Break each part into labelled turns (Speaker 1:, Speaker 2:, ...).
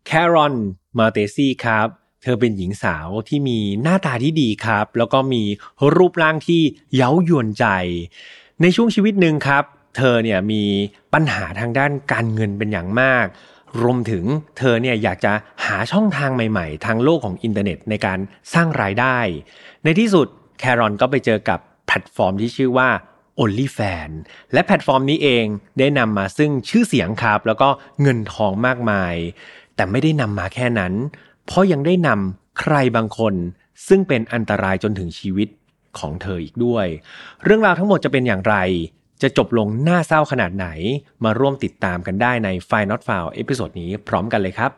Speaker 1: แครอนมาเตซี่ครับเธอเป็นหญิงสาวที่มีหน้าตาที่ดีครับแล้วก็มีรูปร่างที่เย้ายวนใจในช่วงชีวิตหนึ่งครับเธอเนี่ยมีปัญหาทางด้านการเงินเป็นอย่างมากรวมถึงเธอเนี่ยอยากจะหาช่องทางใหม่ๆทางโลกของอินเทอร์เน็ตในการสร้างรายได้ในที่สุดแครอนก็ไปเจอกับแพลตฟอร์มที่ชื่อว่า OnlyFans และแพลตฟอร์มนี้เองได้นำมาซึ่งชื่อเสียงครับแล้วก็เงินทองมากมายแต่ไม่ได้นำมาแค่นั้นเพราะยังได้นำใครบางคนซึ่งเป็นอันตรายจนถึงชีวิตของเธออีกด้วยเรื่องราวทั้งหมดจะเป็นอย่างไรจะจบลงน่าเศร้าขนาดไหนมาร่วมติดตามกันได้ใน File Not Found เอพิโซดนี้พร้อมกันเลยครับ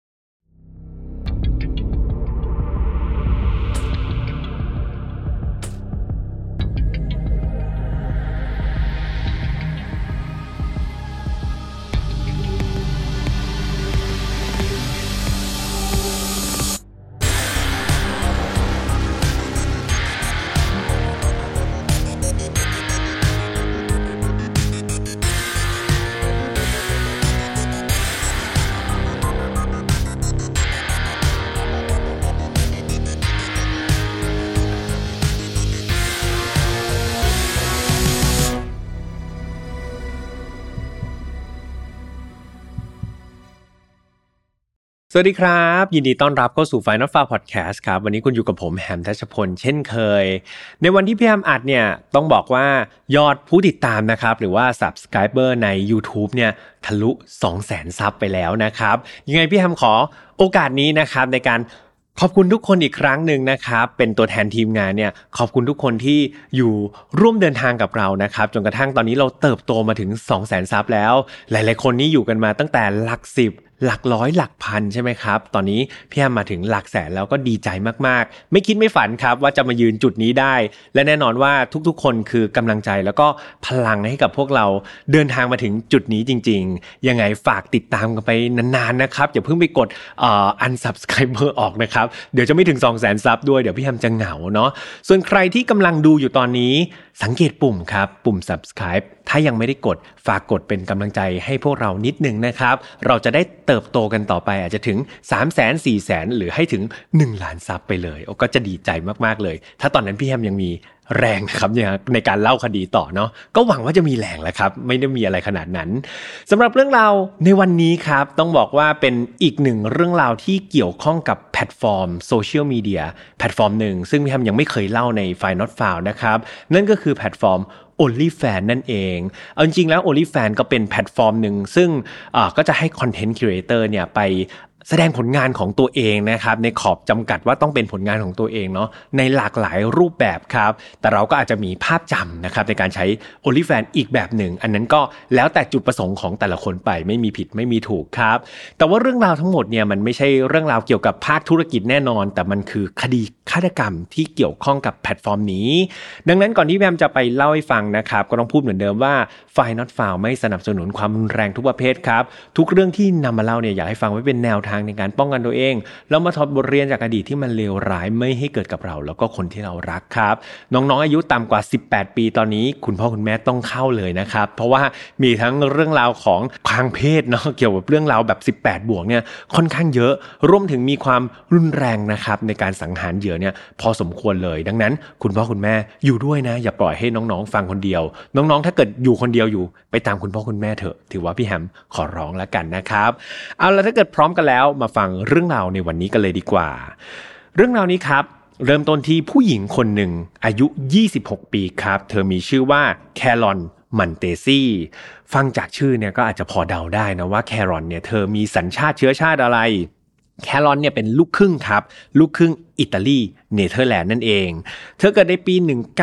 Speaker 1: สวัสดีครับยินดีต้อนรับเข้าสู่ File Not Found Podcast ครับวันนี้คุณอยู่กับผมแฮมทัชพลเช่นเคยในวันที่พี่แฮมอัดเนี่ยต้องบอกว่ายอดผู้ติดตามนะครับหรือว่า Subscriber ใน YouTube เนี่ยทะลุ 200,000 ซับไปแล้วนะครับยังไงพี่แฮมขอโอกาสนี้นะครับในการขอบคุณทุกคนอีกครั้งหนึ่งนะครับเป็นตัวแทนทีมงานเนี่ยขอบคุณทุกคนที่อยู่ร่วมเดินทางกับเรานะครับจนกระทั่งตอนนี้เราเติบโตมาถึง 200,000 ซับแล้วหลายๆคนนี่อยู่กันมาตั้งแต่หลัก10หลักร้อยหลักพันใช่ไหมครับตอนนี้พี่แอมมาถึงหลักแสนแล้วก็ดีใจมากๆไม่คิดไม่ฝันครับว่าจะมายืนจุดนี้ได้และแน่นอนว่าทุกๆคนคือกำลังใจแล้วก็พลังให้กับพวกเราเดินทางมาถึงจุดนี้จริงๆยังไงฝากติดตามกันไปนานๆนะครับอย่าเพิ่งไปกดunsubscriber ออกนะครับเดี๋ยวจะไม่ถึง 200,000 ซับด้วยเดี๋ยวพี่แอมจะเหงาเนาะส่วนใครที่กำลังดูอยู่ตอนนี้สังเกตปุ่มครับปุ่ม subscribe ถ้ายังไม่ได้กดฝากกดเป็นกำลังใจให้พวกเรานิดนึงนะครับเราจะได้เติบโตกันต่อไปอาจจะถึง 300,000 400,000 หรือให้ถึง1ล้านซับไปเลยก็จะดีใจมากๆเลยถ้าตอนนั้นพี่แฮมยังมีแรงนะครับในการเล่าคดีต่อเนาะก็หวังว่าจะมีแรงแหละครับไม่ได้มีอะไรขนาดนั้นสำหรับเรื่องราวในวันนี้ครับต้องบอกว่าเป็นอีกหนึ่งเรื่องราวที่เกี่ยวข้องกับแพลตฟอร์มโซเชียลมีเดียแพลตฟอร์มหนึ่งซึ่งพี่แฮมยังไม่เคยเล่าใน File Not Found นะครับนั่นก็คือแพลตฟอร์มOnlyFans นั่นเองเอาจริงๆแล้ว OnlyFans ก็เป็นแพลตฟอร์มหนึ่งซึ่งก็จะให้คอนเทนต์ครีเอเตอร์เนี่ยไปแสดงผลงานของตัวเองนะครับในขอบจำกัดว่าต้องเป็นผลงานของตัวเองเนาะในหลากหลายรูปแบบครับแต่เราก็อาจจะมีภาพจำนะครับในการใช้ OnlyFans อีกแบบหนึ่งอันนั้นก็แล้วแต่จุดประสงค์ของแต่ละคนไปไม่มีผิดไม่มีถูกครับแต่ว่าเรื่องราวทั้งหมดเนี่ยมันไม่ใช่เรื่องราวเกี่ยวกับภาคธุรกิจแน่นอนแต่มันคือคดีฆาตกรรมที่เกี่ยวข้องกับแพลตฟอร์มนี้ดังนั้นก่อนที่แพมจะไปเล่าให้ฟังนะครับก็ต้องพูดเหมือนเดิมว่า File Not Found ไม่สนับสนุนความรุนแรงทุกประเภทครับทุกเรื่องที่นำมาเล่าเนี่ยอยากให้ฟังไว้เป็นแนวทางในการป้องกันตัวเองแล้วมาถอดบทเรียนจากอดีตที่มันเลวร้ายไม่ให้เกิดกับเราแล้วก็คนที่เรารักครับน้องๆอายุต่ำกว่า18ปีตอนนี้คุณพ่อคุณแม่ต้องเข้าเลยนะครับเพราะว่ามีทั้งเรื่องราวของทางเพศเนาะเกี่ยวกับเรื่องราวแบบ18บวกเนี่ยค่อนข้างเยอะรวมถึงมีความรุนแรงนะครับในการสังหารเหยื่อเนี่ยพอสมควรเลยดังนั้นคุณพ่อคุณแม่อยู่ด้วยนะอย่าปล่อยให้น้องๆฟังคนเดียวน้องๆถ้าเกิดอยู่คนเดียวอยู่ไปตามคุณพ่อคุณแม่เถอะถือว่าพี่แฮมขอร้องแล้วกันนะครับเอาล่ะถ้าเกิดพร้อมกันแล้วมาฟังเรื่องราวในวันนี้กันเลยดีกว่าเรื่องราวนี้ครับเริ่มต้นที่ผู้หญิงคนหนึ่งอายุ26ปีครับเธอมีชื่อว่าแครอนมันเตซี่ฟังจากชื่อเนี่ยก็อาจจะพอเดาได้นะว่าแครอนเนี่ยเธอมีสัญชาติเชื้อชาติอะไรแครอนเนี่ยเป็นลูกครึ่งครับลูกครึ่งอิตาลีเนเธอร์แลนด์นั่นเองเธอเกิดในปี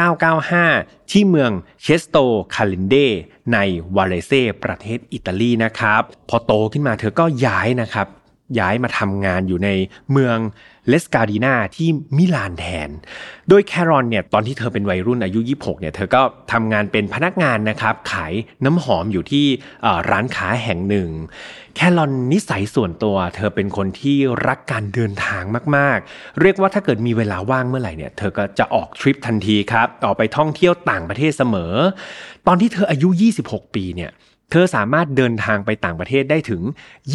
Speaker 1: 1995ที่เมืองเชสโตคาลินเดในวาเลเซประเทศอิตาลีนะครับพอโตขึ้นมาเธอก็ย้ายมาทำงานอยู่ในเมืองเลสกาดีนาที่มิลานแทนโดยแครอนเนี่ยตอนที่เธอเป็นวัยรุ่นอายุ26เนี่ยเธอก็ทำงานเป็นพนักงานนะครับขายน้ำหอมอยู่ที่ร้านค้าแห่งหนึ่งแครอนนิสัยส่วนตัวเธอเป็นคนที่รักการเดินทางมากๆเรียกว่าถ้าเกิดมีเวลาว่างเมื่อไหร่เนี่ยเธอก็จะออกทริปทันทีครับออกไปท่องเที่ยวต่างประเทศเสมอตอนที่เธออายุ26ปีเนี่ยเธอสามารถเดินทางไปต่างประเทศได้ถึง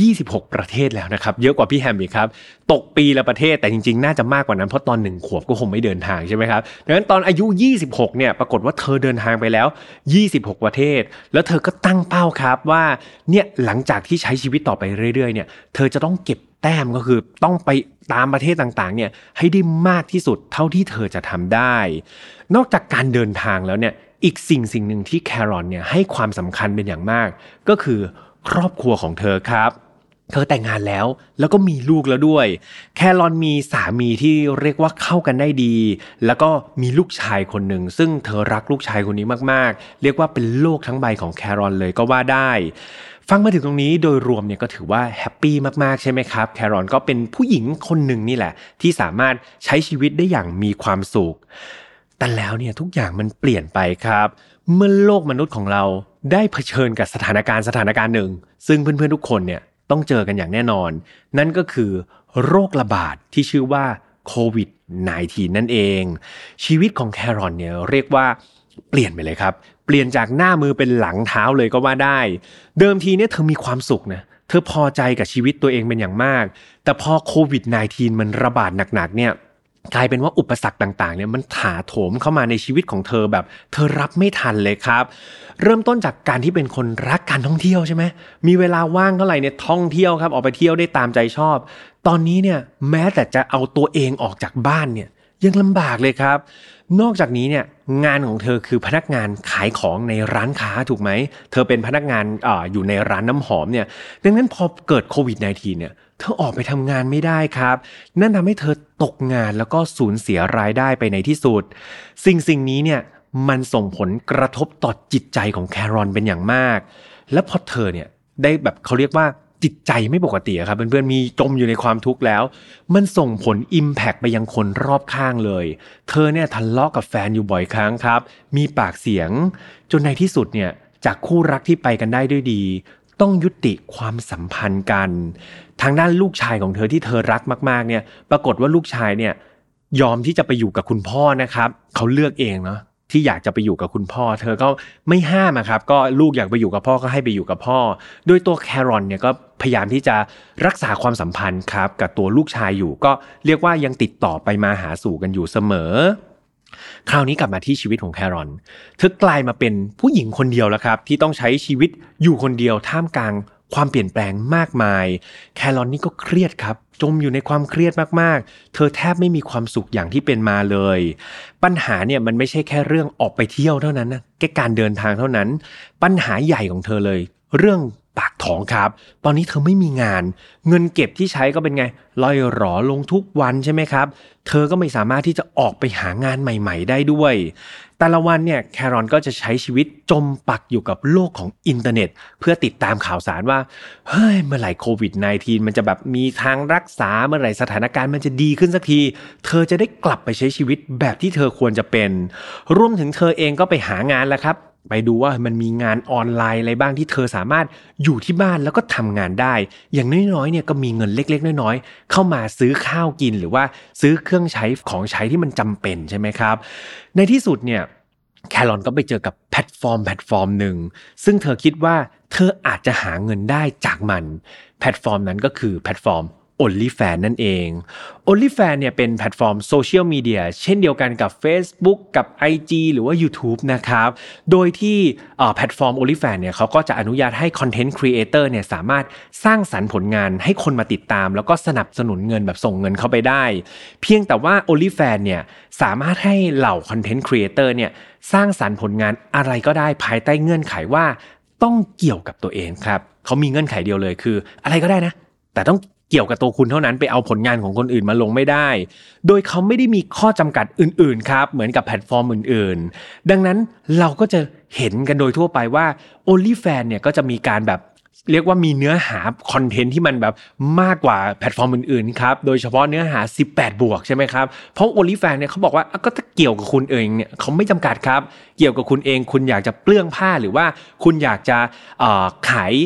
Speaker 1: 26ประเทศแล้วนะครับเยอะกว่าพี่แฮมอีกครับตกปีละประเทศแต่จริงๆน่าจะมากกว่านั้นเพราะตอน1ขวบก็คงไม่เดินทางใช่ไหมครับดังนั้นตอนอายุ26เนี่ยปรากฏว่าเธอเดินทางไปแล้ว26ประเทศแล้วเธอก็ตั้งเป้าครับว่าเนี่ยหลังจากที่ใช้ชีวิตต่อไปเรื่อยๆเนี่ยเธอจะต้องเก็บแต้มก็คือต้องไปตามประเทศต่างๆเนี่ยให้ได้มากที่สุดเท่าที่เธอจะทำได้นอกจากการเดินทางแล้วเนี่ยอีกสิ่งหนึ่งที่แครอนเนี่ยให้ความสำคัญเป็นอย่างมากก็คือครอบครัวของเธอครับเธอแต่งงานแล้วก็มีลูกแล้วด้วยแครอนมีสามีที่เรียกว่าเข้ากันได้ดีแล้วก็มีลูกชายคนหนึ่งซึ่งเธอรักลูกชายคนนี้มากๆเรียกว่าเป็นโลกทั้งใบของแครอนเลยก็ว่าได้ฟังมาถึงตรงนี้โดยรวมเนี่ยก็ถือว่าแฮปปี้มากๆใช่ไหมครับแครอนก็เป็นผู้หญิงคนหนึ่งนี่แหละที่สามารถใช้ชีวิตได้อย่างมีความสุขแต่แล้วเนี่ยทุกอย่างมันเปลี่ยนไปครับเมื่อโลกมนุษย์ของเราได้เผชิญกับสถานการณ์หนึ่งซึ่งเพื่อนๆทุกคนเนี่ยต้องเจอกันอย่างแน่นอนนั่นก็คือโรคระบาดที่ชื่อว่าโควิด -19 นั่นเองชีวิตของแครอนเนี่ยเรียกว่าเปลี่ยนไปเลยครับเปลี่ยนจากหน้ามือเป็นหลังเท้าเลยก็ว่าได้เดิมทีเนี่ยเธอมีความสุขนะเธอพอใจกับชีวิตตัวเองเป็นอย่างมากแต่พอโควิด -19 มันระบาดหนักๆเนี่ยกลายเป็นว่าอุปสรรคต่างๆเนี่ยมันถาโถมเข้ามาในชีวิตของเธอแบบเธอรับไม่ทันเลยครับเริ่มต้นจากการที่เป็นคนรักการท่องเที่ยวใช่ไหมมีเวลาว่างเท่าไหร่เนี่ยท่องเที่ยวครับออกไปเที่ยวได้ตามใจชอบตอนนี้เนี่ยแม้แต่จะเอาตัวเองออกจากบ้านเนี่ยยังลำบากเลยครับนอกจากนี้เนี่ยงานของเธอคือพนักงานขายของในร้านค้าถูกไหมเธอเป็นพนักงานอยู่ในร้านน้ำหอมเนี่ยดังนั้นพอเกิดโควิด -19 เนี่ยเธอออกไปทำงานไม่ได้ครับนั่นทำให้เธอตกงานแล้วก็สูญเสียรายได้ไปในที่สุดสิ่งนี้เนี่ยมันส่งผลกระทบต่อจิตใจของแครอนเป็นอย่างมากและพอเธอเนี่ยได้แบบเขาเรียกว่าจิตใจไม่ปกติครับเพื่อนๆมีจมอยู่ในความทุกข์แล้วมันส่งผล impact ไปยังคนรอบข้างเลยเธอเนี่ยทะเลาะกับแฟนอยู่บ่อยครั้งครับมีปากเสียงจนในที่สุดเนี่ยจากคู่รักที่ไปกันได้ด้วยดีต้องยุติความสัมพันธ์กันทางด้านลูกชายของเธอที่เธอรักมากๆเนี่ยปรากฏว่าลูกชายเนี่ยยอมที่จะไปอยู่กับคุณพ่อนะครับเขาเลือกเองเนาะที่อยากจะไปอยู่กับคุณพ่อเธอก็ไม่ห้ามครับก็ลูกอยากไปอยู่กับพ่อก็ให้ไปอยู่กับพ่อโดยตัวแครอนเนี่ยก็พยายามที่จะรักษาความสัมพันธ์ครับกับตัวลูกชายอยู่ก็เรียกว่ายังติดต่อไปมาหาสู่กันอยู่เสมอคราวนี้กลับมาที่ชีวิตของแครอนเธอกลายมาเป็นผู้หญิงคนเดียวแล้วครับที่ต้องใช้ชีวิตอยู่คนเดียวท่ามกลางความเปลี่ยนแปลงมากมายแครอนนี่ก็เครียดครับจมอยู่ในความเครียดมากๆเธอแทบไม่มีความสุขอย่างที่เป็นมาเลยปัญหาเนี่ยมันไม่ใช่แค่เรื่องออกไปเที่ยวเท่านั้นนะแค่การเดินทางเท่านั้นปัญหาใหญ่ของเธอเลยเรื่องปากท้องครับตอนนี้เธอไม่มีงานเงินเก็บที่ใช้ก็เป็นไงล่อยหรอลงทุกวันใช่ไหมครับเธอก็ไม่สามารถที่จะออกไปหางานใหม่ๆได้ด้วยแต่ละวันเนี่ยแครอนก็จะใช้ชีวิตจมปักอยู่กับโลกของอินเทอร์เน็ตเพื่อติดตามข่าวสารว่าเฮ้ยเมื่อไหร่โควิด -19 มันจะแบบมีทางรักษาเมื่อไหร่สถานการณ์มันจะดีขึ้นสักทีเธอจะได้กลับไปใช้ชีวิตแบบที่เธอควรจะเป็นรวมถึงเธอเองก็ไปหางานแล้วครับไปดูว่ามันมีงานออนไลน์อะไรบ้างที่เธอสามารถอยู่ที่บ้านแล้วก็ทำงานได้อย่างน้อยๆเนี่ยก็มีเงินเล็กๆน้อยๆเข้ามาซื้อข้าวกินหรือว่าซื้อเครื่องใช้ของใช้ที่มันจำเป็นใช่ไหมครับในที่สุดเนี่ยแครอนก็ไปเจอกับแพลตฟอร์มหนึ่งซึ่งเธอคิดว่าเธออาจจะหาเงินได้จากมันแพลตฟอร์มนั้นก็คือแพลตฟอร์มOnlyFans นั่นเอง OnlyFans เนี่ยเป็นแพลตฟอร์มโซเชียลมีเดียเช่นเดียวกันกับ Facebook กับ IG หรือว่า YouTube นะครับโดยที่แพลตฟอร์ม OnlyFans เนี่ยเขาก็จะอนุญาตให้คอนเทนต์ครีเอเตอร์เนี่ยสามารถสร้างสรรค์ผลงานให้คนมาติดตามแล้วก็สนับสนุนเงินแบบส่งเงินเข้าไปได้เพียงแต่ว่า OnlyFans เนี่ยสามารถให้เหล่าคอนเทนต์ครีเอเตอร์เนี่ยสร้างสรรค์ผลงานอะไรก็ได้ภายใต้เงื่อนไขว่าต้องเกี่ยวกับตัวเองครับเขามีเงื่อนไขเดียวเลยคืออะไรก็ได้นะแต่ต้องเกี่ยวกับตัวคุณเท่านั้นไปเอาผลงานของคนอื่นมาลงไม่ได้โดยเขาไม่ได้มีข้อจำกัดอื่นๆครับเหมือนกับแพลตฟอร์มอื่นๆดังนั้นเราก็จะเห็นกันโดยทั่วไปว่า OnlyFans เนี่ยก็จะมีการแบบเรียกว่ามีเนื้อหาคอนเทนต์ที่มันแบบมากกว่าแพลตฟอร์มอื่นๆครับโดยเฉพาะเนื้อหา18บวกใช่ไหมครับเพราะ OnlyFans เนี่ยเขาบอกว่าก็ถ้าเกี่ยวกับคุณเองเนี่ยเขาไม่จำกัดครับเกี่ยวกับคุณเองคุณอยากจะเปลื้องผ้าหรือว่าคุณอยากจะขาย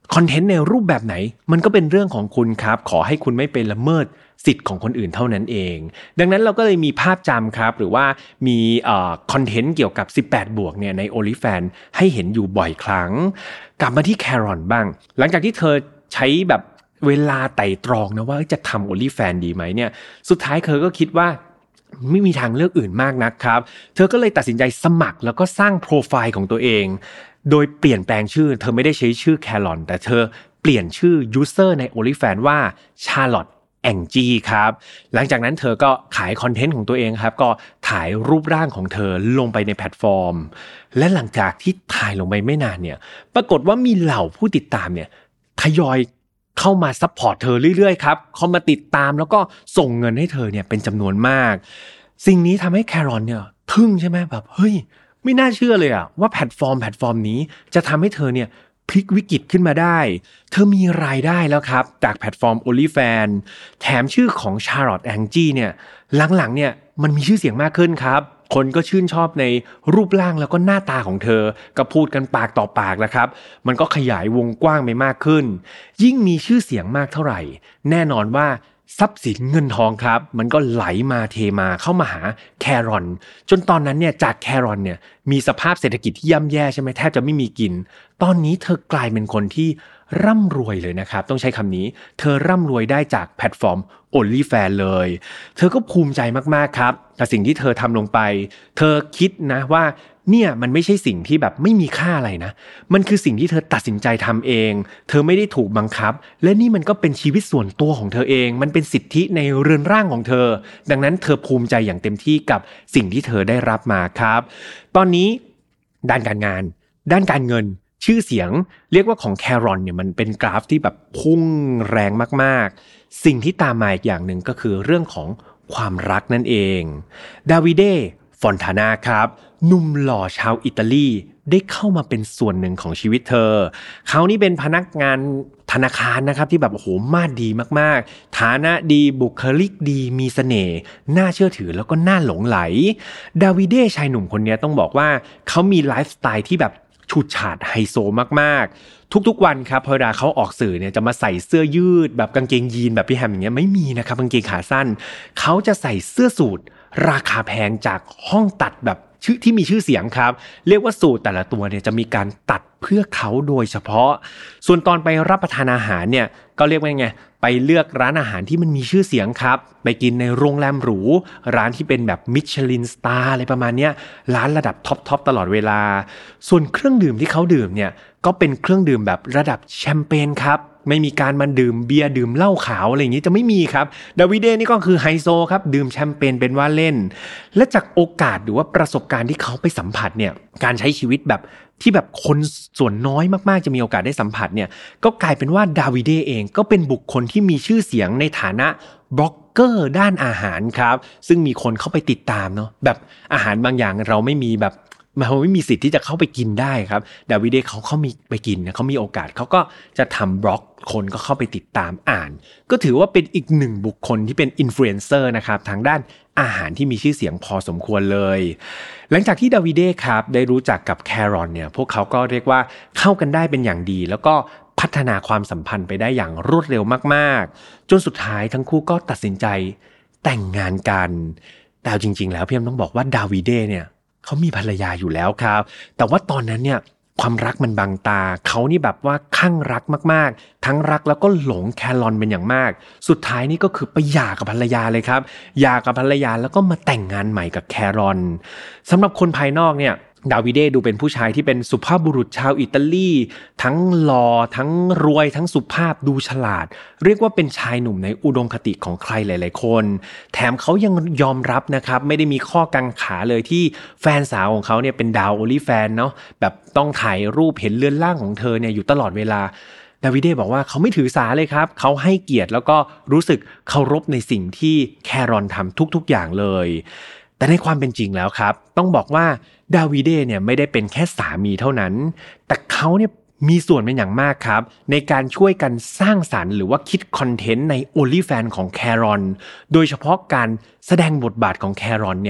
Speaker 1: คอนเทนต์ในรูปแบบไหนมันก็เป็นเรื่องของคุณครับขอให้คุณไม่ไปละเมิดสิทธิ์ของคนอื่นเท่านั้นเองดังนั้นเราก็เลยมีภาพจำครับหรือว่ามีคอนเทนต์เกี่ยวกับ18 บวกเนี่ยใน OnlyFans ให้เห็นอยู่บ่อยครั้งกลับมาที่แครอนบ้างหลังจากที่เธอใช้แบบเวลาไต่ตรองนะว่าจะทำ OnlyFans ดีไหมเนี่ยสุดท้ายเธอก็คิดว่าไม่มีทางเลือกอื่นมากนักครับเธอก็เลยตัดสินใจสมัครแล้วก็สร้างโปรไฟล์ของตัวเองโดยเปลี่ยนแปลงชื่อเธอไม่ได้ใช้ชื่อแครอนแต่เธอเปลี่ยนชื่อ user ใน OnlyFans ว่า Charlotteแองจี้ครับหลังจากนั้นเธอก็ขายคอนเทนต์ของตัวเองครับก็ถ่ายรูปร่างของเธอลงไปในแพลตฟอร์มและหลังจากที่ถ่ายลงไปไม่นานเนี่ยปรากฏว่ามีเหล่าผู้ติดตามเนี่ยทยอยเข้ามาซัพพอร์ตเธอเรื่อยๆครับเข้ามาติดตามแล้วก็ส่งเงินให้เธอเนี่ยเป็นจำนวนมากสิ่งนี้ทำให้แครอนเนี่ยทึ่งใช่ไหมแบบเฮ้ยไม่น่าเชื่อเลยอะว่าแพลตฟอร์มนี้จะทำให้เธอเนี่ยพลิกวิกฤตขึ้นมาได้เธอมีรายได้แล้วครับจากแพลตฟอร์ม OnlyFans แถมชื่อของ Charlotte Angie เนี่ยหลังๆเนี่ยมันมีชื่อเสียงมากขึ้นครับคนก็ชื่นชอบในรูปร่างแล้วก็หน้าตาของเธอก็พูดกันปากต่อปากแล้วครับมันก็ขยายวงกว้างไปมากขึ้นยิ่งมีชื่อเสียงมากเท่าไหร่แน่นอนว่าทรัพย์สินเงินทองครับมันก็ไหลมาเทมาเข้ามาหาแครอนจนตอนนั้นเนี่ยจากแครอนเนี่ยมีสภาพเศรษฐกิจที่ย่ำแย่ใช่ไหมแทบจะไม่มีกินตอนนี้เธอกลายเป็นคนที่ร่ำรวยเลยนะครับต้องใช้คำนี้เธอร่ำรวยได้จากแพลตฟอร์ม OnlyFans เลยเธอก็ภูมิใจมากๆครับกับสิ่งที่เธอทำลงไปเธอคิดนะว่าเนี่ยมันไม่ใช่สิ่งที่แบบไม่มีค่าอะไรนะมันคือสิ่งที่เธอตัดสินใจทำเองเธอไม่ได้ถูกบังคับและนี่มันก็เป็นชีวิตส่วนตัวของเธอเองมันเป็นสิทธิในเรือนร่างของเธอดังนั้นเธอภูมิใจอย่างเต็มที่กับสิ่งที่เธอได้รับมาครับตอนนี้ด้านการงานด้านการเงินชื่อเสียงเรียกว่าของแครอนเนี่ยมันเป็นกราฟที่แบบพุ่งแรงมากๆสิ่งที่ตามมาอีกอย่างหนึ่งก็คือเรื่องของความรักนั่นเองดาวิเดฟอนทานาครับหนุ่มหล่อชาวอิตาลีได้เข้ามาเป็นส่วนหนึ่งของชีวิตเธอเขานี่เป็นพนักงานธนาคารนะครับที่แบบโอ้โหมาดดีมากๆฐานะดีบุคลิกดีมีเสน่ห์น่าเชื่อถือแล้วก็น่าหลงไหลดาวิเดชายหนุ่มคนนี้ต้องบอกว่าเขามีไลฟ์สไตล์ที่แบบฉูดฉาดไฮโซมากๆทุกๆวันครับพอเวลาเขาออกสื่อเนี่ยจะมาใส่เสื้อยืดแบบกางเกงยีนแบบพี่แฮมอย่างเงี้ยไม่มีนะครับกางเกงขาสั้นเขาจะใส่เสื้อสูทราคาแพงจากห้องตัดแบบชื่อที่มีชื่อเสียงครับเรียกว่าสูตรแต่ละตัวเนี่ยจะมีการตัดเพื่อเขาโดยเฉพาะส่วนตอนไปรับประทานอาหารเนี่ยก็เรียกว่าไงไปเลือกร้านอาหารที่มันมีชื่อเสียงครับไปกินในโรงแรมหรูร้านที่เป็นแบบมิชลินสตาร์อะไรประมาณเนี้ยร้านระดับท็อปตลอดเวลาส่วนเครื่องดื่มที่เขาดื่มเนี่ยก็เป็นเครื่องดื่มแบบระดับแชมเปญครับไม่มีการมาดื่มเบียร์ดื่มเหล้าขาวอะไรอย่างนี้จะไม่มีครับดาวิเดนี่ก็คือไฮโซครับดื่มแชมเปญเป็นว่าเล่นและจากโอกาสหรือว่าประสบการณ์ที่เขาไปสัมผัสเนี่ยการใช้ชีวิตแบบที่แบบคนส่วนน้อยมากๆจะมีโอกาสได้สัมผัสเนี่ยก็กลายเป็นว่าดาวิเดเองก็เป็นบุคคลที่มีชื่อเสียงในฐานะบล็อกเกอร์ด้านอาหารครับซึ่งมีคนเข้าไปติดตามเนาะแบบอาหารบางอย่างเราไม่มีแบบมันไม่มีสิทธิ์ที่จะเข้าไปกินได้ครับดาวิเดเขามีไปกินเขามีโอกาสเขาก็จะทำบล็อกคนก็เข้าไปติดตามอ่านก็ถือว่าเป็นอีกหนึ่งบุคคลที่เป็นอินฟลูเอนเซอร์นะครับทางด้านอาหารที่มีชื่อเสียงพอสมควรเลยหลังจากที่ดาวิเดครับได้รู้จักกับแครอนเนี่ยพวกเขาก็เรียกว่าเข้ากันได้เป็นอย่างดีแล้วก็พัฒนาความสัมพันธ์ไปได้อย่างรวดเร็วมากๆจนสุดท้ายทั้งคู่ก็ตัดสินใจแต่งงานกันแต่จริงๆแล้วพี่แอมต้องบอกว่าดาวิเดเนี่ยเขามีภรรยาอยู่แล้วครับแต่ว่าตอนนั้นเนี่ยความรักมันบังตาเขานี่แบบว่าคลั่งรักมากๆทั้งรักแล้วก็หลงแครอนเป็นอย่างมากสุดท้ายนี่ก็คือไปหย่ากับภรรยาเลยครับหย่ากับภรรยาแล้วก็มาแต่งงานใหม่กับแครอนสำหรับคนภายนอกเนี่ยดาวิเดดูเป็นผู้ชายที่เป็นสุภาพบุรุษชาวอิตาลีทั้งหล่อทั้งรวยทั้งสุภาพดูฉลาดเรียกว่าเป็นชายหนุ่มในอุดมคติของใครหลายๆคนแถมเขายังยอมรับนะครับไม่ได้มีข้อกังขาเลยที่แฟนสาวของเขาเนี่ยเป็นดาวโอลิแฟนเนาะแบบต้องถ่ายรูปเห็นเรือนร่างของเธอเนี่ยอยู่ตลอดเวลาดาวิเดบอกว่าเขาไม่ถือสาเลยครับเขาให้เกียรติแล้วก็รู้สึกเคารพในสิ่งที่แครอนทำทุกๆอย่างเลยแต่ในความเป็นจริงแล้วครับต้องบอกว่าดาวิเดเนี่ยไม่ได้เป็นแค่สามีเท่านั้นแต่เขาเนี่ยมีส่วนเป็นอย่างมากครับในการช่วยกันสร้างสรรค์หรือว่าคิดคอนเทนต์ใน OnlyFans ของแครอนโดยเฉพาะการแสดงบทบาทของแครอนเนี่ย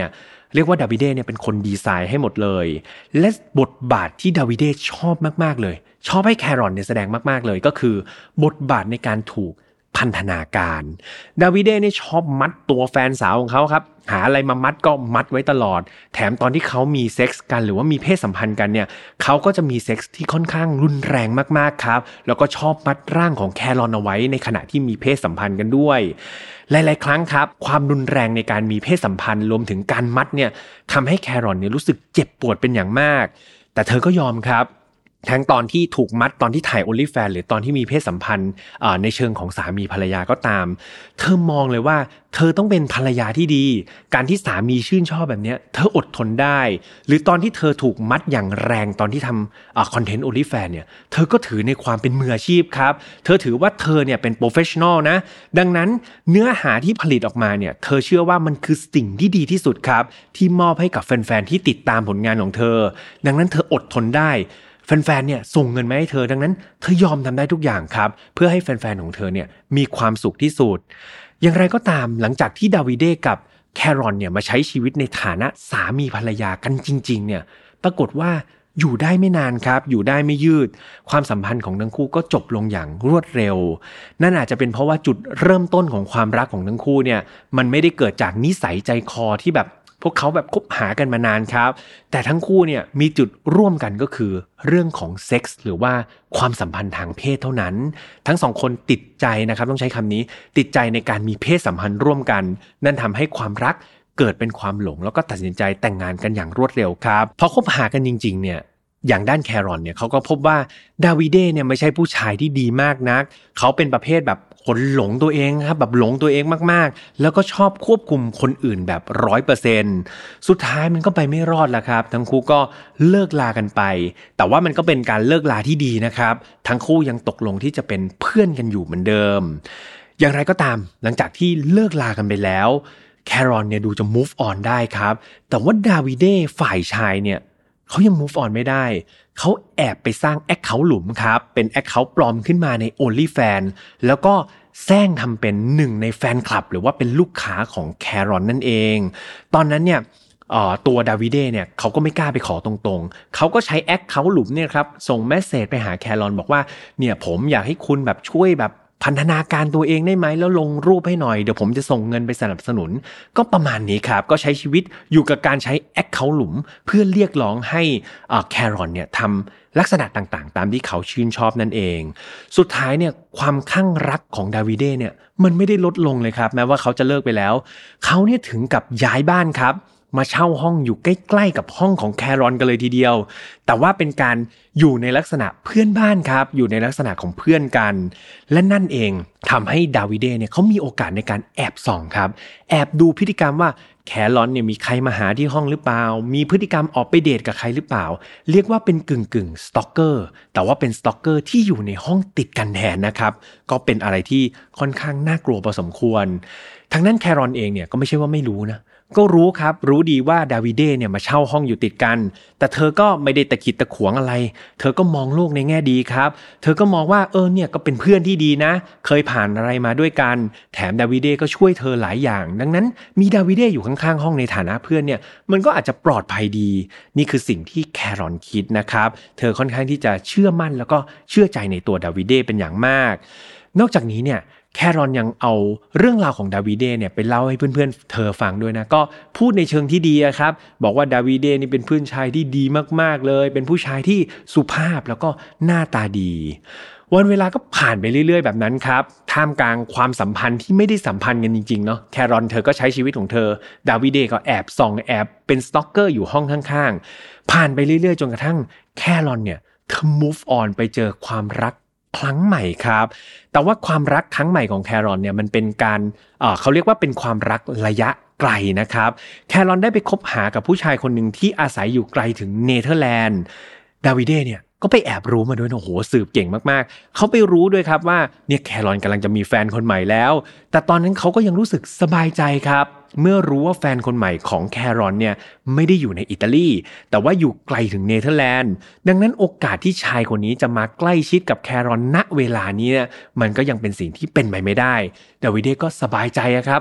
Speaker 1: เรียกว่าดาวิเด้เนี่ยเป็นคนดีไซน์ให้หมดเลยและบทบาทที่ดาวิเด้ชอบมากๆเลยชอบให้แครอนเนี่ยแสดงมากๆเลยก็คือบทบาทในการถูกพันธนาการดาวิเด้เนี่ยชอบมัดตัวแฟนสาวของเขาครับหาอะไรมามัดก็มัดไว้ตลอดแถมตอนที่เขามีเซ็กส์กันหรือว่ามีเพศสัมพันธ์กันเนี่ยเขาก็จะมีเซ็กส์ที่ค่อนข้างรุนแรงมากๆครับแล้วก็ชอบมัดร่างของแครอนเอาไว้ในขณะที่มีเพศสัมพันธ์กันด้วยหลายๆครั้งครับความรุนแรงในการมีเพศสัมพันธ์รวมถึงการมัดเนี่ยทำให้แครอนเนี่ยรู้สึกเจ็บปวดเป็นอย่างมากแต่เธอก็ยอมครับทั้งตอนที่ถูกมัดตอนที่ถ่าย OnlyFans หรือตอนที่มีเพศสัมพันธ์ในเชิงของสามีภรรยาก็ตามเธอมองเลยว่าเธอต้องเป็นภรรยาที่ดีการที่สามีชื่นชอบแบบนี้เธออดทนได้หรือตอนที่เธอถูกมัดอย่างแรงตอนที่ทำคอนเทนต์ OnlyFans เนี่ยเธอก็ถือในความเป็นมืออาชีพครับเธอถือว่าเธอเนี่ยเป็นโปรเฟชชั่นอลนะดังนั้นเนื้อหาที่ผลิตออกมาเนี่ยเธอเชื่อว่ามันคือสิ่งที่ดีที่สุดครับที่มอบให้กับแฟนๆที่ติดตามผลงานของเธอดังนั้นเธออดทนได้แฟนๆเนี่ยส่งเงินมาให้เธอดังนั้นเธอยอมทำได้ทุกอย่างครับเพื่อให้แฟนๆของเธอเนี่ยมีความสุขที่สุดอย่างไรก็ตามหลังจากที่ดาวิเด้กับแครอนเนี่ยมาใช้ชีวิตในฐานะสามีภรรยากันจริงๆเนี่ยปรากฏว่าอยู่ได้ไม่นานครับอยู่ได้ไม่ยืดความสัมพันธ์ของทั้งคู่ก็จบลงอย่างรวดเร็วนั่นอาจจะเป็นเพราะว่าจุดเริ่มต้นของความรักของทั้งคู่เนี่ยมันไม่ได้เกิดจากนิสัยใจคอที่แบบพวกเขาแบบคบหากันมานานครับแต่ทั้งคู่เนี่ยมีจุดร่วมกันก็คือเรื่องของเซ็กส์หรือว่าความสัมพันธ์ทางเพศเท่านั้นทั้งสองคนติดใจนะครับต้องใช้คำนี้ติดใจในการมีเพศสัมพันธ์ร่วมกันนั่นทำให้ความรักเกิดเป็นความหลงแล้วก็ตัดสินใจแต่งงานกันอย่างรวดเร็วครับพอคบหากันจริงๆเนี่ยอย่างด้านแครอนเนี่ยเขาก็พบว่าดาวิเด้เนี่ยไม่ใช่ผู้ชายที่ดีมากนักเขาเป็นประเภทแบบคนหลงตัวเองครับแบบหลงตัวเองมากๆแล้วก็ชอบควบคุมคนอื่นแบบ 100% สุดท้ายมันก็ไปไม่รอดแล้วครับทั้งคู่ก็เลิกลากันไปแต่ว่ามันก็เป็นการเลิกลาที่ดีนะครับทั้งคู่ยังตกลงที่จะเป็นเพื่อนกันอยู่เหมือนเดิมอย่างไรก็ตามหลังจากที่เลิกลากันไปแล้วแครอนเนี่ยดูจะ move on ได้ครับแต่ว่าดาวิเด้ฝ่ายชายเนี่ยเขายัง move on ไม่ได้เขาแอบไปสร้าง account หลุมครับเป็น account ปลอมขึ้นมาใน OnlyFans แล้วก็แซงทำเป็นหนึ่งในแฟนคลับหรือว่าเป็นลูกค้าของแครอนนั่นเองตอนนั้นเนี่ยตัวดาวิเด้เนี่ยเขาก็ไม่กล้าไปขอตรงๆเขาก็ใช้ account หลุมเนี่ยครับส่งเมสเสจไปหาแครอนบอกว่าเนี่ยผมอยากให้คุณแบบช่วยแบบพันธนาการตัวเองได้ไหมแล้วลงรูปให้หน่อยเดี๋ยวผมจะส่งเงินไปสนับสนุนก็ประมาณนี้ครับก็ใช้ชีวิตอยู่กับการใช้ account หลุมเพื่อเรียกร้องให้แครอนเนี่ยทำลักษณะต่างๆตามที่เขาชื่นชอบนั่นเองสุดท้ายเนี่ยความคลั่งรักของดาวิเด้เนี่ยมันไม่ได้ลดลงเลยครับแม้ว่าเขาจะเลิกไปแล้วเขาเนี่ยถึงกับย้ายบ้านครับมาเช่าห้องอยู่ใกล้ๆกับห้องของแครอนกันเลยทีเดียวแต่ว่าเป็นการอยู่ในลักษณะเพื่อนบ้านครับอยู่ในลักษณะของเพื่อนกันและนั่นเองทำให้ดาวิเด้เนี่ยเขามีโอกาสในการแอบส่องครับแอบดูพฤติกรรมว่าแครอนเนี่ยมีใครมาหาที่ห้องหรือเปล่ามีพฤติกรรมออกไปเดทกับใครหรือเปล่าเรียกว่าเป็นกึ่งสตอกเกอร์แต่ว่าเป็นสตอกเกอร์ที่อยู่ในห้องติดกันแทนนะครับก็เป็นอะไรที่ค่อนข้างน่ากลัวพอสมควรทางนั้นแครอนเองเนี่ยก็ไม่ใช่ว่าไม่รู้นะก็รู้ครับรู้ดีว่าดาวิเด้เนี่ยมาเช่าห้องอยู่ติดกันแต่เธอก็ไม่ได้ตะขิดตะขวงอะไรเธอก็มองโลกในแง่ดีครับเธอก็มองว่าเนี่ยก็เป็นเพื่อนที่ดีนะเคยผ่านอะไรมาด้วยกันแถมดาวิเด้ก็ช่วยเธอหลายอย่างดังนั้นมีดาวิเด้อยู่ข้างๆห้องในฐานะเพื่อนเนี่ยมันก็อาจจะปลอดภัยดีนี่คือสิ่งที่แครอนคิดนะครับเธอค่อนข้างที่จะเชื่อมั่นแล้วก็เชื่อใจในตัวดาวิเด้เป็นอย่างมากนอกจากนี้เนี่ยแครอนยังเอาเรื่องราวของดาวิเด้เนี่ยไปเล่าให้เพื่อนๆเธอฟังด้วยนะก็พูดในเชิงที่ดีครับบอกว่าดาวิเด้นี่เป็นเพื่อนชายที่ดีมากๆเลยเป็นผู้ชายที่สุภาพแล้วก็หน้าตาดีวันเวลาก็ผ่านไปเรื่อยๆแบบนั้นครับท่ามกลางความสัมพันธ์ที่ไม่ได้สัมพันธ์กันจริงๆเนาะแครอนเธอก็ใช้ชีวิตของเธอดาวิเด้ก็แอบส่องแอบเป็นสตอกเกอร์อยู่ห้องข้างๆผ่านไปเรื่อยๆจนกระทั่งแครอนเนี่ยเธอ move on ไปเจอความรักครั้งใหม่ครับแต่ว่าความรักครั้งใหม่ของแครอนเนี่ยมันเป็นการเขาเรียกว่าเป็นความรักระยะไกลนะครับแครอนได้ไปคบหากับผู้ชายคนหนึ่งที่อาศัยอยู่ไกลถึงเนเธอร์แลนด์ดาวิเด้เนี่ยก็ไปแอบรู้มาด้วยโอ้โหสืบเก่งมากๆเขาไปรู้ด้วยครับว่าเนี่ยแครอนกำลังจะมีแฟนคนใหม่แล้วแต่ตอนนั้นเขาก็ยังรู้สึกสบายใจครับเมื่อรู้ว่าแฟนคนใหม่ของแครอนเนี่ยไม่ได้อยู่ในอิตาลีแต่ว่าอยู่ไกลถึงเนเธอร์แลนด์ดังนั้นโอกาสที่ชายคนนี้จะมาใกล้ชิดกับแครอนณเวลานี้มันก็ยังเป็นสิ่งที่เป็นไปไม่ได้ดาวิเด้ก็สบายใจครับ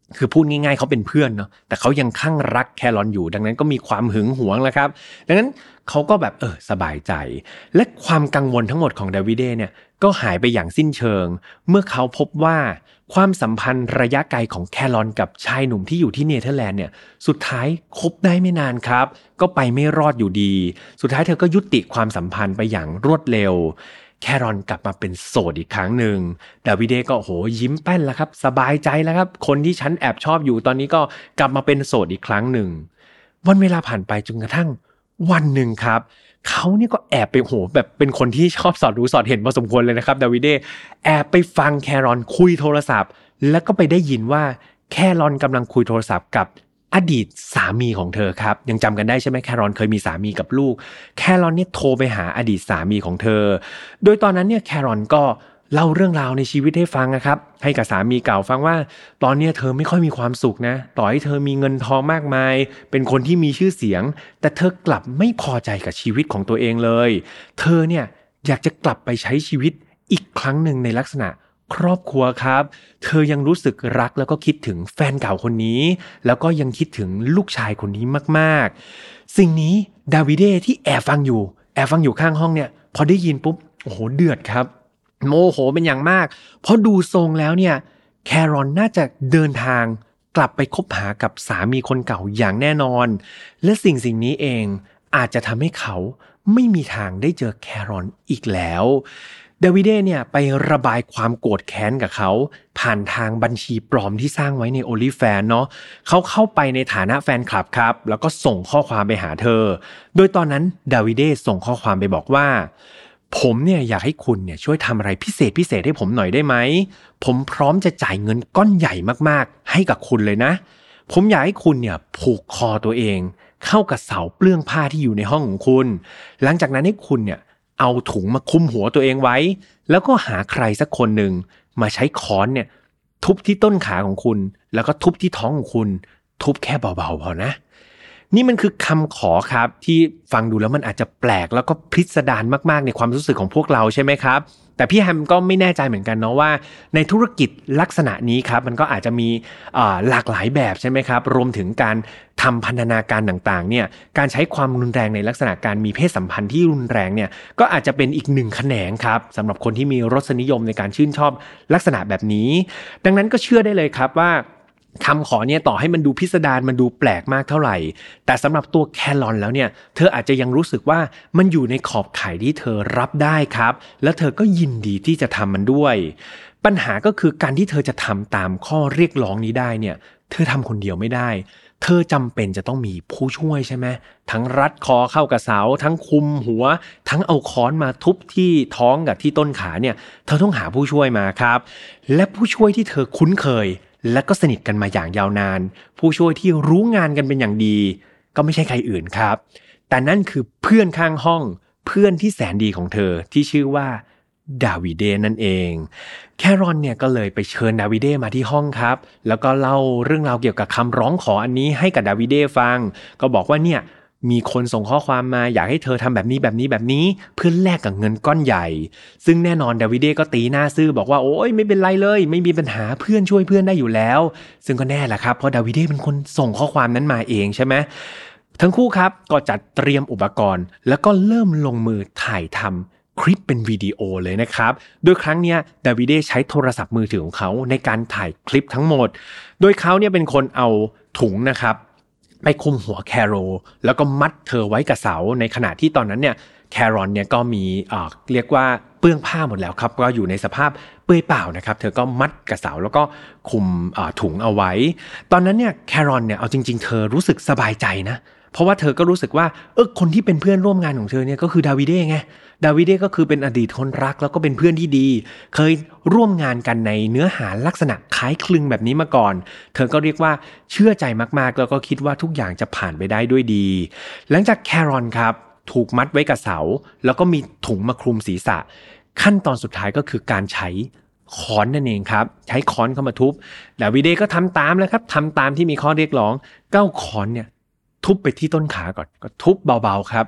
Speaker 1: คือพูดง่ายๆเขาเป็นเพื่อนเนาะแต่เขายังคลั่งรักแครอนอยู่ดังนั้นก็มีความหึงหวงแล้วครับดังนั้นเขาก็แบบสบายใจและความกังวลทั้งหมดของดาวิเดเนี่ยก็หายไปอย่างสิ้นเชิงเมื่อเขาพบว่าความสัมพันธ์ระยะไกลของแครอนกับชายหนุ่มที่อยู่ที่เนเธอร์แลนด์เนี่ยสุดท้ายคบได้ไม่นานครับก็ไปไม่รอดอยู่ดีสุดท้ายเธอก็ยุติความสัมพันธ์ไปอย่างรวดเร็วแครอนกลับมาเป็นโสดอีกครั้งหนึ่งดาวิเดก็ยิ้มแป้นแล้วครับสบายใจแล้วครับคนที่ฉันแอบชอบอยู่ตอนนี้ก็กลับมาเป็นโสดอีกครั้งหนึ่งวันเวลาผ่านไปจนกระทั่งวันหนึ่งครับเขาเนี่ยก็แอบไปแบบเป็นคนที่ชอบสอดรู้สอดเห็นพอสมควรเลยนะครับดาวิเดแอบไปฟังแครอนคุยโทรศัพท์แล้วก็ไปได้ยินว่าแครอนกำลังคุยโทรศัพท์กับอดีตสามีของเธอครับยังจำกันได้ใช่ไหมแครอนเคยมีสามีกับลูกแครอนเนี่ยโทรไปหาอดีตสามีของเธอโดยตอนนั้นเนี่ยแครอนก็เล่าเรื่องราวในชีวิตให้ฟังนะครับให้กับสามีเก่าฟังว่าตอนนี้เธอไม่ค่อยมีความสุขนะต่อให้เธอมีเงินทองมากมายเป็นคนที่มีชื่อเสียงแต่เธอกลับไม่พอใจกับชีวิตของตัวเองเลยเธอเนี่ยอยากจะกลับไปใช้ชีวิตอีกครั้งหนึ่งในลักษณะครอบครัวครับเธอยังรู้สึกรักแล้วก็คิดถึงแฟนเก่าคนนี้แล้วก็ยังคิดถึงลูกชายคนนี้มากๆสิ่งนี้ดาวิเดที่แอบฟังอยู่ข้างห้องเนี่ยพอได้ยินปุ๊บเดือดครับโมโหเป็นอย่างมากเพราะดูทรงแล้วเนี่ยแครอนน่าจะเดินทางกลับไปคบหากับสามีคนเก่าอย่างแน่นอนและสิ่งนี้เองอาจจะทำให้เขาไม่มีทางได้เจอแครอนอีกแล้วดาวิเดเนี่ยไประบายความโกรธแค้นกับเขาผ่านทางบัญชีปลอมที่สร้างไว้ใน OnlyFans เนาะเขาเข้าไปในฐานะแฟนคลับครับแล้วก็ส่งข้อความไปหาเธอโดยตอนนั้นดาวิเดส่งข้อความไปบอกว่าผมเนี่ยอยากให้คุณเนี่ยช่วยทำอะไรพิเศษให้ผมหน่อยได้ไหมผมพร้อมจะจ่ายเงินก้อนใหญ่มากๆให้กับคุณเลยนะผมอยากให้คุณเนี่ยผูกคอตัวเองเข้ากับเสาเปลื้องผ้าที่อยู่ในห้องของคุณหลังจากนั้นให้คุณเนี่ยเอาถุงมาคลุมหัวตัวเองไว้แล้วก็หาใครสักคนหนึ่งมาใช้ค้อนเนี่ยทุบที่ต้นขาของคุณแล้วก็ทุบที่ท้องของคุณทุบแค่เบาๆพอนะนี่มันคือคำขอครับที่ฟังดูแล้วมันอาจจะแปลกแล้วก็พิสดารมากๆในความรู้สึกของพวกเราใช่ไหมครับแต่พี่แฮมก็ไม่แน่ใจเหมือนกันเนาะว่าในธุรกิจลักษณะนี้ครับมันก็อาจจะมีหลากหลายแบบใช่ไหมครับรวมถึงการทำพันธนาการต่างๆเนี่ยการใช้ความรุนแรงในลักษณะการมีเพศสัมพันธ์ที่รุนแรงเนี่ยก็อาจจะเป็นอีกหนึ่งแขนงครับสำหรับคนที่มีรสนิยมในการชื่นชอบลักษณะแบบนี้ดังนั้นก็เชื่อได้เลยครับว่าคำขอเนี่ยต่อให้มันดูพิสดารมันดูแปลกมากเท่าไหร่แต่สำหรับตัวแครอนแล้วเนี่ยเธออาจจะยังรู้สึกว่ามันอยู่ในขอบข่ายที่เธอรับได้ครับแล้วเธอก็ยินดีที่จะทำมันด้วยปัญหาก็คือการที่เธอจะทำตามข้อเรียกร้องนี้ได้เนี่ยเธอทำคนเดียวไม่ได้เธอจำเป็นจะต้องมีผู้ช่วยใช่ไหมทั้งรัดคอเข้ากับเสาทั้งคุมหัวทั้งเอาค้อนมาทุบที่ท้องกับที่ต้นขาเนี่ยเธอต้องหาผู้ช่วยมาครับและผู้ช่วยที่เธอคุ้นเคยและก็สนิทกันมาอย่างยาวนานผู้ช่วยที่รู้งานกันเป็นอย่างดีก็ไม่ใช่ใครอื่นครับแต่นั่นคือเพื่อนข้างห้องเพื่อนที่แสนดีของเธอที่ชื่อว่าดาวิเดนั่นเองแครอนเนี่ยก็เลยไปเชิญดาวิเดมาที่ห้องครับแล้วก็เล่าเรื่องราวเกี่ยวกับคำร้องขออันนี้ให้กับดาวิเดฟังก็บอกว่าเนี่ยมีคนส่งข้อความมาอยากให้เธอทำแบบนี้เพื่อแลกกับเงินก้อนใหญ่ซึ่งแน่นอนดาวิเดก็ตีหน้าซื่อบอกว่าโอ๊ยไม่เป็นไรเลยไม่มีปัญหาเพื่อนช่วยเพื่อนได้อยู่แล้วซึ่งก็แน่แหละครับเพราะดาวิเดเป็นคนส่งข้อความนั้นมาเองใช่ไหมทั้งคู่ครับก็จัดเตรียมอุปกรณ์แล้วก็เริ่มลงมือถ่ายทำคลิปเป็นวิดีโอเลยนะครับโดยครั้งเนี้ยดาวิเดใช้โทรศัพท์มือถือของเขาในการถ่ายคลิปทั้งหมดโดยเขาเนี่ยเป็นคนเอาถุงนะครับไปคลุมหัวแคโรแล้วก็มัดเธอไว้กับเสาในขณะที่ตอนนั้นเนี่ยแครอนเนี่ยก็มีเรียกว่าเปื้องผ้าหมดแล้วครับก็อยู่ในสภาพเปื้อยเปล่านะครับเธอก็มัดกับเสาแล้วก็คลุมถุงเอาไว้ตอนนั้นเนี่ยแครอนเนี่ยเอาจริงๆเธอรู้สึกสบายใจนะเพราะว่าเธอก็รู้สึกว่าคนที่เป็นเพื่อนร่วมงานของเธอเนี่ยก็คือดาวิเดไงดาวิเดก็คือเป็นอดีตคนรักแล้วก็เป็นเพื่อนที่ดีเคยร่วมงานกันในเนื้อหาลักษณะคล้ายคลึงแบบนี้มาก่อนเธอก็เรียกว่าเชื่อใจมากๆแล้วก็คิดว่าทุกอย่างจะผ่านไปได้ด้วยดีหลังจากแครอนครับถูกมัดไว้กับเสาแล้วก็มีถุงมาคลุมศีรษะขั้นตอนสุดท้ายก็คือการใช้ค้อนนั่นเองครับใช้ค้อนเข้ามาทุบดาวิเดก็ทำตามแล้วครับทำตามที่มีข้อเรียกร้องก้าวค้อนเนี่ยทุบไปที่ต้นขาก่อนก็ทุบเบาๆครับ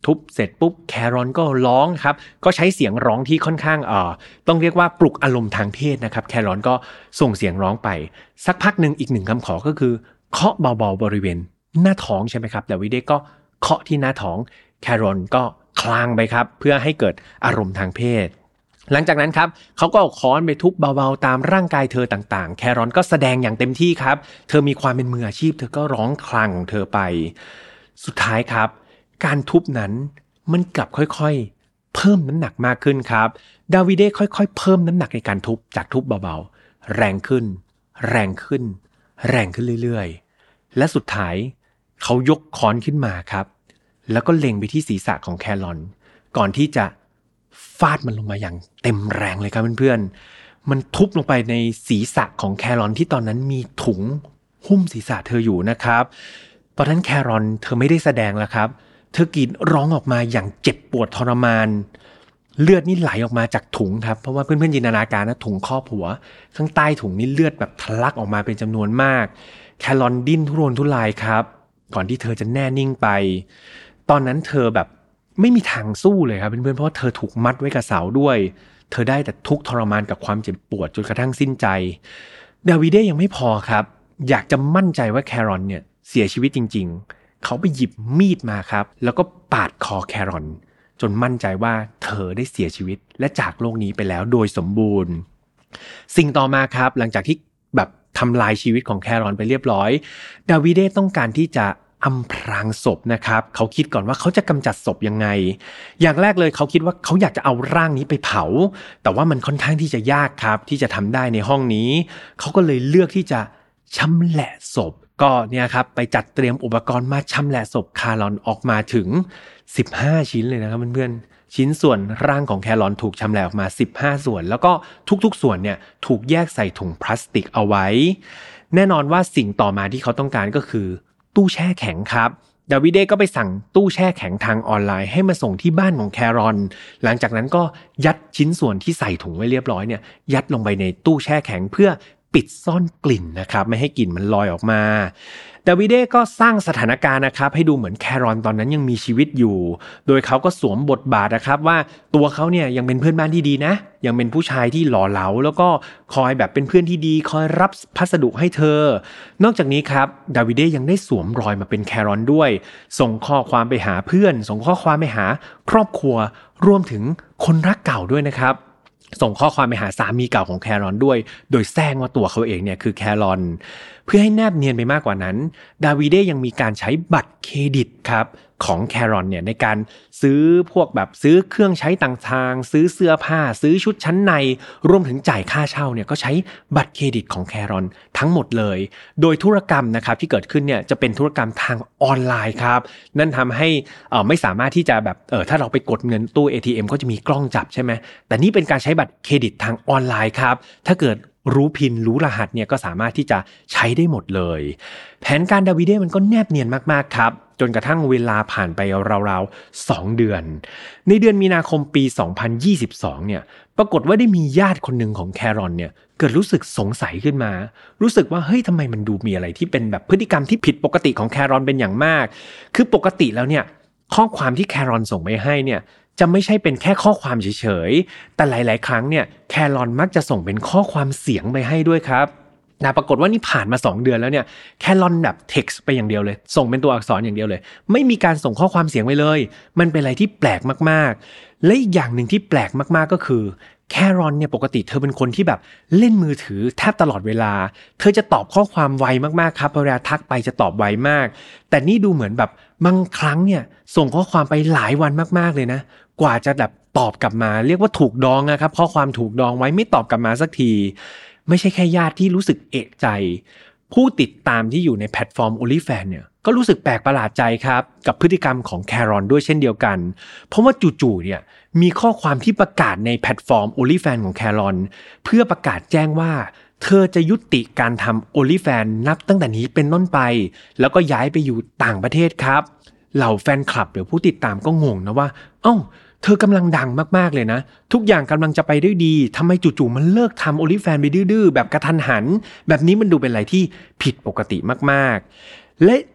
Speaker 1: ทุบเสร็จปุ๊บแครอนก็ร้องครับก็ใช้เสียงร้องที่ค่อนข้างต้องเรียกว่าปลุกอารมณ์ทางเพศนะครับแครอนก็ส่งเสียงร้องไปสักพักนึงอีกหนึ่งคำขอก็คือเคาะเบาๆบริเวณหน้าท้องใช่ไหมครับดาวิดก็เคาะที่หน้าท้องแครอนก็คลางไปครับเพื่อให้เกิดอารมณ์ทางเพศหลังจากนั้นครับเขาก็เอาค้อนไปทุบเบาๆตามร่างกายเธอต่างๆแครอนก็แสดงอย่างเต็มที่ครับเธอมีความเป็นมืออาชีพเธอก็ร้องคลางของเธอไปสุดท้ายครับการทุบนั้นมันกลับค่อยๆเพิ่มน้ำหนักมากขึ้นครับดาวิดค่อยๆเพิ่มน้ำหนักในการทุบจากทุบเบาๆแรงขึ้นแรงขึ้นแรงขึ้นเรื่อยๆและสุดท้ายเขายกค้อนขึ้นมาครับแล้วก็เล็งไปที่ศีรษะของแครอนก่อนที่จะฟาดมันลงมาอย่างเต็มแรงเลยครับเพื่อนๆมันทุบลงไปในศีรษะของแครอนที่ตอนนั้นมีถุงหุ้มศีรษะเธออยู่นะครับตอนนั้นแครอนเธอไม่ได้แสดงแล้วครับเธอกรีดร้องออกมาอย่างเจ็บปวดทรมานเลือดนี่ไหลออกมาจากถุงครับเพราะว่าเพื่อนๆจินตนาการนะถุงครอบหัวข้างใต้ถุงนี่เลือดแบบทะลักออกมาเป็นจำนวนมากแครอนดิ้นทุรนทุรายครับก่อนที่เธอจะแน่นิ่งไปตอนนั้นเธอแบบไม่มีทางสู้เลยครับเพื่อนๆเพราะว่าเธอถูกมัดไว้กับเสาด้วยเธอได้แต่ทุกข์ทรมานกับความเจ็บปวดจนกระทั่งสิ้นใจดาวิดยังไม่พอครับอยากจะมั่นใจว่าแครอนเนี่ยเสียชีวิตจริงๆเขาไปหยิบมีดมาครับแล้วก็ปาดคอแครอนจนมั่นใจว่าเธอได้เสียชีวิตและจากโลกนี้ไปแล้วโดยสมบูรณ์สิ่งต่อมาครับหลังจากที่แบบทำลายชีวิตของแครอนไปเรียบร้อยดาวิดต้องการที่จะอำพรางศพนะครับเขาคิดก่อนว่าเขาจะกำจัดศพยังไงอย่างแรกเลยเขาคิดว่าเขาอยากจะเอาร่างนี้ไปเผาแต่ว่ามันค่อนข้างที่จะยากครับที่จะทำได้ในห้องนี้เขาก็เลยเลือกที่จะชำแหละศพก็เนี่ยครับไปจัดเตรียมอุปกรณ์มาชำแหละศพแครอนออกมาถึง15ชิ้นเลยนะครับเพื่อนๆชิ้นส่วนร่างของแครอนถูกชำแหละออกมา15ส่วนแล้วก็ทุกๆส่วนเนี่ยถูกแยกใส่ถุงพลาสติกเอาไว้แน่นอนว่าสิ่งต่อมาที่เขาต้องการก็คือตู้แช่แข็งครับดาวิดก็ไปสั่งตู้แช่แข็งทางออนไลน์ให้มาส่งที่บ้านของแครอนหลังจากนั้นก็ยัดชิ้นส่วนที่ใส่ถุงไว้เรียบร้อยเนี่ยยัดลงไปในตู้แช่แข็งเพื่อปิดซ่อนกลิ่นนะครับไม่ให้กลิ่นมันลอยออกมาดาวิดก็สร้างสถานการณ์นะครับให้ดูเหมือนแครอนตอนนั้นยังมีชีวิตอยู่โดยเขาก็สวมบทบาทนะครับว่าตัวเขาเนี่ยยังเป็นเพื่อนบ้านที่ดีนะยังเป็นผู้ชายที่หล่อเหลาแล้วก็คอยแบบเป็นเพื่อนที่ดีคอยรับพัสดุให้เธอนอกจากนี้ครับดาวิดยังได้สวมรอยมาเป็นแครอนด้วยส่งข้อความไปหาเพื่อนส่งข้อความไปหาครอบครัวรวมถึงคนรักเก่าด้วยนะครับส่งข้อความไปหาสามีเก่าของแครอนด้วยโดยแซงว่าตัวเขาเองเนี่ยคือแครอนเพื่อให้แนบเนียนไปมากกว่านั้นดาวิดยังมีการใช้บัตรเครดิตครับของแครอนเนี่ยในการซื้อพวกแบบซื้อเครื่องใช้ต่างๆซื้อเสื้อผ้าซื้อชุดชั้นในรวมถึงจ่ายค่าเช่าเนี่ยก็ใช้บัตรเครดิตของแครอนทั้งหมดเลยโดยธุรกรรมนะครับที่เกิดขึ้นเนี่ยจะเป็นธุรกรรมทางออนไลน์ครับนั่นทำให้ไม่สามารถที่จะแบบถ้าเราไปกดเงินตู้ ATM ก็จะมีกล้องจับใช่ไหมแต่นี่เป็นการใช้บัตรเครดิตทางออนไลน์ครับถ้าเกิดรู้พินรู้รหัสเนี่ยก็สามารถที่จะใช้ได้หมดเลยแผนการดาวิดมันก็แนบเนียนมากๆครับจนกระทั่งเวลาผ่านไปราวๆ2เดือนในเดือนมีนาคมปี2022เนี่ยปรากฏว่าได้มีญาติคนหนึ่งของแครอนเนี่ยเกิดรู้สึกสงสัยขึ้นมารู้สึกว่าเฮ้ยทำไมมันดูมีอะไรที่เป็นแบบพฤติกรรมที่ผิดปกติของแครอนเป็นอย่างมากคือปกติแล้วเนี่ยข้อความที่แครอนส่งไปให้เนี่ยจะไม่ใช่เป็นแค่ข้อความเฉยๆแต่หลายๆครั้งเนี่ยแครอนมักจะส่งเป็นข้อความเสียงไปให้ด้วยครับปรากฏว่านี่ผ่านมา2เดือนแล้วเนี่ยแครอนแบบเท็กซ์ไปอย่างเดียวเลยส่งเป็นตัวอักษรอย่างเดียวเลยไม่มีการส่งข้อความเสียงไปเลยมันเป็นอะไรที่แปลกมากๆและอีกอย่างหนึ่งที่แปลกมากๆก็คือแครอนเนี่ยปกติเธอเป็นคนที่แบบเล่นมือถือแทบตลอดเวลาเธอจะตอบข้อความไวมากๆครับเวลาทักไปจะตอบไวมากแต่นี่ดูเหมือนแบบบางครั้งเนี่ยส่งข้อความไปหลายวันมากๆเลยนะกว่าจะแบบตอบกลับมาเรียกว่าถูกดองนะครับข้อความถูกดองไว้ไม่ตอบกลับมาสักทีไม่ใช่แค่ญาติที่รู้สึกเอะใจผู้ติดตามที่อยู่ในแพลตฟอร์ม OnlyFans เนี่ยก็รู้สึกแปลกประหลาดใจครับกับพฤติกรรมของแครอนด้วยเช่นเดียวกันเพราะว่าจู่ๆเนี่ยมีข้อความที่ประกาศในแพลตฟอร์ม OnlyFans ของแครอนเพื่อประกาศแจ้งว่าเธอจะยุติการทำ OnlyFans นับตั้งแต่นี้เป็นต้นไปแล้วก็ย้ายไปอยู่ต่างประเทศครับเหล่าแฟนคลับหรือผู้ติดตามก็งงนะว่าเธอกำลังดังมากๆเลยนะทุกอย่างกำลังจะไปได้ดีทำไมจู่ๆมันเลิกทำ OnlyFans ไปดื้อๆแบบกระทันหันแบบนี้มันดูเป็นอะไรที่ผิดปกติมากๆและ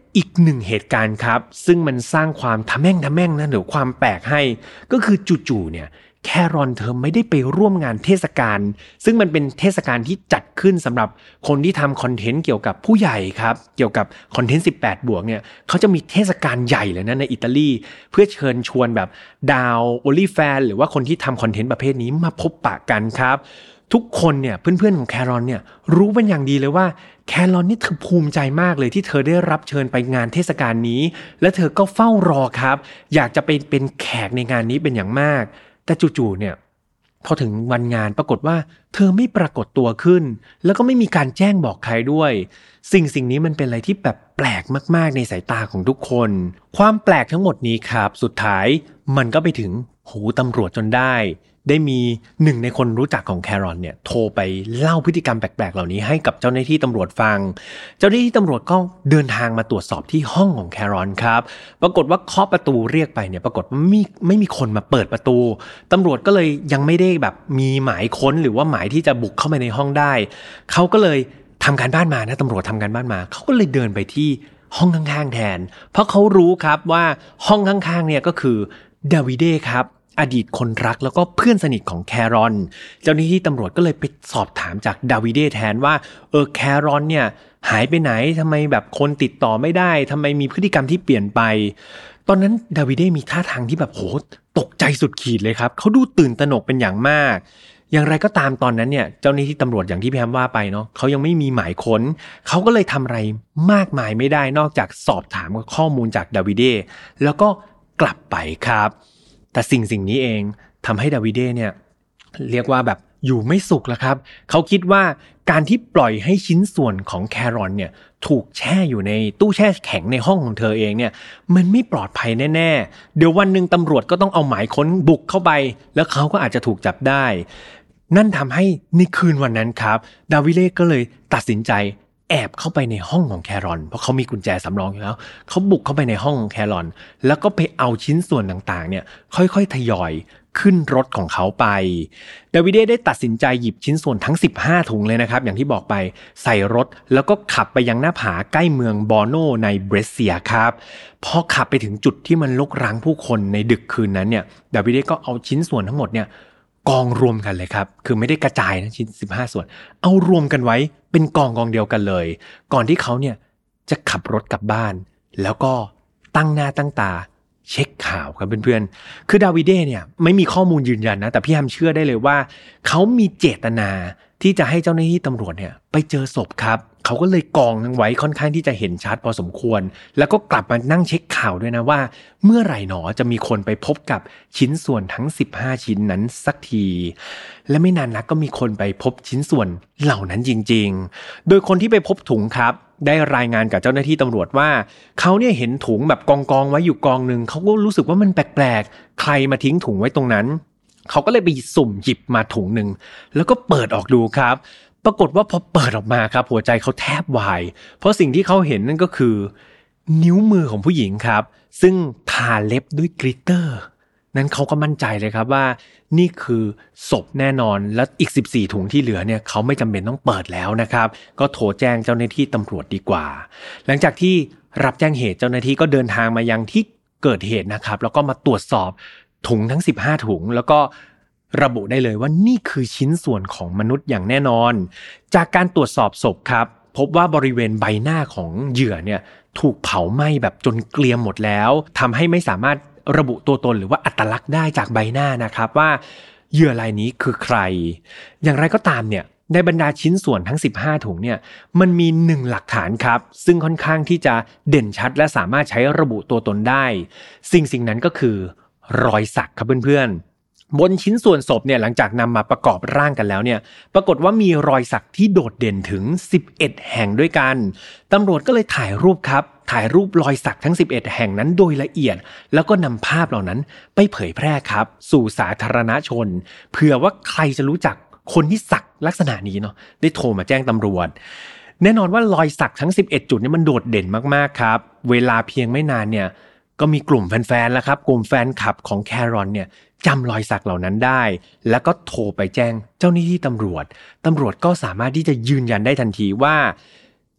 Speaker 1: อีกหนึ่งเหตุการณ์ครับซึ่งมันสร้างความทะแม่งนะหรือความแปลกให้ก็คือจู่ๆเนี่ยแครอนเธอไม่ได้ไปร่วมงานเทศกาลซึ่งมันเป็นเทศกาลที่จัดขึ้นสำหรับคนที่ทำคอนเทนต์เกี่ยวกับผู้ใหญ่ครับเกี่ยวกับคอนเทนต์18บวกเนี่ยเขาจะมีเทศกาลใหญ่เลยนะในอิตาลีเพื่อเชิญชวนแบบดาวโอลิแฟนหรือว่าคนที่ทำคอนเทนต์ประเภทนี้มาพบปะกันครับทุกคนเนี่ยเพื่อนๆของแครอนเนี่ยรู้เป็นอย่างดีเลยว่าแครอนนี่เธอภูมิใจมากเลยที่เธอได้รับเชิญไปงานเทศกาลนี้และเธอก็เฝ้ารอครับอยากจะไปเป็นแขกในงานนี้เป็นอย่างมากแต่จู่ๆเนี่ยพอถึงวันงานปรากฏว่าเธอไม่ปรากฏตัวขึ้นแล้วก็ไม่มีการแจ้งบอกใครด้วยสิ่งนี้มันเป็นอะไรที่แบบแปลกมากๆในสายตาของทุกคนความแปลกทั้งหมดนี้ครับสุดท้ายมันก็ไปถึงหูตำรวจจนได้มีหนึ่งในคนรู้จักของแครอนเนี่ยโทรไปเล่าพฤติกรรมแปลกๆเหล่านี้ให้กับเจ้าหน้าที่ตำรวจฟังเจ้าหน้าที่ตำรวจก็เดินทางมาตรวจสอบที่ห้องของแครอนครับปรากฏว่าเคาะประตูเรียกไปเนี่ยปรากฏว่าไม่มีคนมาเปิดประตูตำรวจก็เลยยังไม่ได้แบบมีหมายค้นหรือว่าหมายที่จะบุกเข้ามาในห้องได้เขาก็เลยทำการบ้านมานะตำรวจทำการบ้านมาเขาก็เลยเดินไปที่ห้องข้างๆแทนเพราะเขารู้ครับว่าห้องข้างๆเนี่ยก็คือดาวิเด้ครับอดีตคนรักแล้วก็เพื่อนสนิทของแครอนเจ้าหน้าที่ตำรวจก็เลยไปสอบถามจากดาวิเด้แทนว่าแครอนเนี่ยหายไปไหนทำไมแบบคนติดต่อไม่ได้ทำไมมีพฤติกรรมที่เปลี่ยนไปตอนนั้นดาวิเด้มีท่าทางที่แบบโหตกใจสุดขีดเลยครับเขาดูตื่นตระหนกเป็นอย่างมากอย่างไรก็ตามตอนนั้นเนี่ยเจ้าหน้าที่ตำรวจอย่างที่พี่แฮมว่าไปเนาะเขายังไม่มีหมายค้นเขาก็เลยทำอะไรมากมายไม่ได้นอกจากสอบถามข้อมูลจากดาวิเด้แล้วก็กลับไปครับแต่สิ่งนี้เองทำให้ดาวิเด้เนี่ยเรียกว่าแบบอยู่ไม่สุขแล้วครับเขาคิดว่าการที่ปล่อยให้ชิ้นส่วนของแครอนเนี่ยถูกแช่อยู่ในตู้แช่แข็งในห้องของเธอเองเนี่ยมันไม่ปลอดภัยแน่ๆเดี๋ยววันหนึ่งตำรวจก็ต้องเอาหมายค้นบุกเข้าไปแล้วเขาก็อาจจะถูกจับได้นั่นทำให้ในคืนวันนั้นครับดาวิเด้ก็เลยตัดสินใจแอบเข้าไปในห้องของแครอนเพราะเขามีกุญแจสำรองอยู่แล้วเขาบุกเข้าไปในห้องของแครอนแล้วก็ไปเอาชิ้นส่วนต่างๆเนี่ยค่อยๆทยอยขึ้นรถของเขาไปดาวิเด้ได้ตัดสินใจหยิบชิ้นส่วนทั้ง15ถุงเลยนะครับอย่างที่บอกไปใส่รถแล้วก็ขับไปยังหน้าผาใกล้เมืองบอโนในเบรเซียครับพอขับไปถึงจุดที่มันรกร้างผู้คนในดึกคืนนั้นเนี่ยดาวิเด้ก็เอาชิ้นส่วนทั้งหมดเนี่ยกองรวมกันเลยครับคือไม่ได้กระจายนะชิ้น15ส่วนเอารวมกันไว้เป็นกองเดียวกันเลยก่อนที่เขาเนี่ยจะขับรถกลับบ้านแล้วก็ตั้งหน้าตั้งตาเช็คข่าวครับเพื่อนๆคือดาวิเด้เนี่ยไม่มีข้อมูลยืนยันนะแต่พี่แฮมเชื่อได้เลยว่าเขามีเจตนาที่จะให้เจ้าหน้าที่ตำรวจเนี่ยไปเจอศพครับเขาก็เลยกองไว้ค่อนข้างที่จะเห็นชัดพอสมควรแล้วก็กลับมานั่งเช็คข่าวด้วยนะว่าเมื่อไหร่หนอจะมีคนไปพบกับชิ้นส่วนทั้ง15ชิ้นนั้นสักทีและไม่นานนักก็มีคนไปพบชิ้นส่วนเหล่านั้นจริงๆโดยคนที่ไปพบถุงครับได้รายงานกับเจ้าหน้าที่ตำรวจว่าเขาเนี่ยเห็นถุงแบบกองไว้อยู่กองนึงเขาก็รู้สึกว่ามันแปลกๆใครมาทิ้งถุงไว้ตรงนั้นเขาก็เลยไปสุ่มหยิบมาถุงนึงแล้วก็เปิดออกดูครับปรากฏว่าพอเปิดออกมาครับหัวใจเขาแทบวายเพราะสิ่งที่เขาเห็นนั่นก็คือนิ้วมือของผู้หญิงครับซึ่งทาเล็บด้วยกลิตเตอร์นั้นเขาก็มั่นใจเลยครับว่านี่คือศพแน่นอนและอีก14ถุงที่เหลือเนี่ยเขาไม่จำเป็นต้องเปิดแล้วนะครับก็โทรแจ้งเจ้าหน้าที่ตำรวจดีกว่าหลังจากที่รับแจ้งเหตุเจ้าหน้าที่ก็เดินทางมายังที่เกิดเหตุนะครับแล้วก็มาตรวจสอบถุงทั้ง15ถุงแล้วก็ระบุได้เลยว่านี่คือชิ้นส่วนของมนุษย์อย่างแน่นอนจากการตรวจสอบศพครับพบว่าบริเวณใบหน้าของเหยื่อเนี่ยถูกเผาไหม้แบบจนเกรียมหมดแล้วทำให้ไม่สามารถระบุตัวตนหรือว่าอัตลักษณ์ได้จากใบหน้านะครับว่าเหยื่อรายนี้คือใครอย่างไรก็ตามเนี่ยในบรรดาชิ้นส่วนทั้ง15ถุงเนี่ยมันมี1หลักฐานครับซึ่งค่อนข้างที่จะเด่นชัดและสามารถใช้ระบุตัวตนได้สิ่งนั้นก็คือรอยสักครับเพื่อนๆบนชิ้นส่วนศพเนี่ยหลังจากนำมาประกอบร่างกันแล้วเนี่ยปรากฏว่ามีรอยสักที่โดดเด่นถึง11แห่งด้วยกันตำรวจก็เลยถ่ายรูปรอยสักทั้ง11แห่งนั้นโดยละเอียดแล้วก็นำภาพเหล่านั้นไปเผยแพร่ครับสู่สาธารณชนเผื่อว่าใครจะรู้จักคนที่สักลักษณะนี้เนาะได้โทรมาแจ้งตำรวจแน่นอนว่ารอยสักทั้ง11จุดนี้มันโดดเด่นมากๆครับเวลาเพียงไม่นานเนี่ยก็มีกลุ่มแฟนๆแล้วครับกลุ่มแฟนคลับของแครอนเนี่ยจำรอยสักเหล่านั้นได้แล้วก็โทรไปแจ้งเจ้าหน้าที่ตำรวจก็สามารถที่จะยืนยันได้ทันทีว่า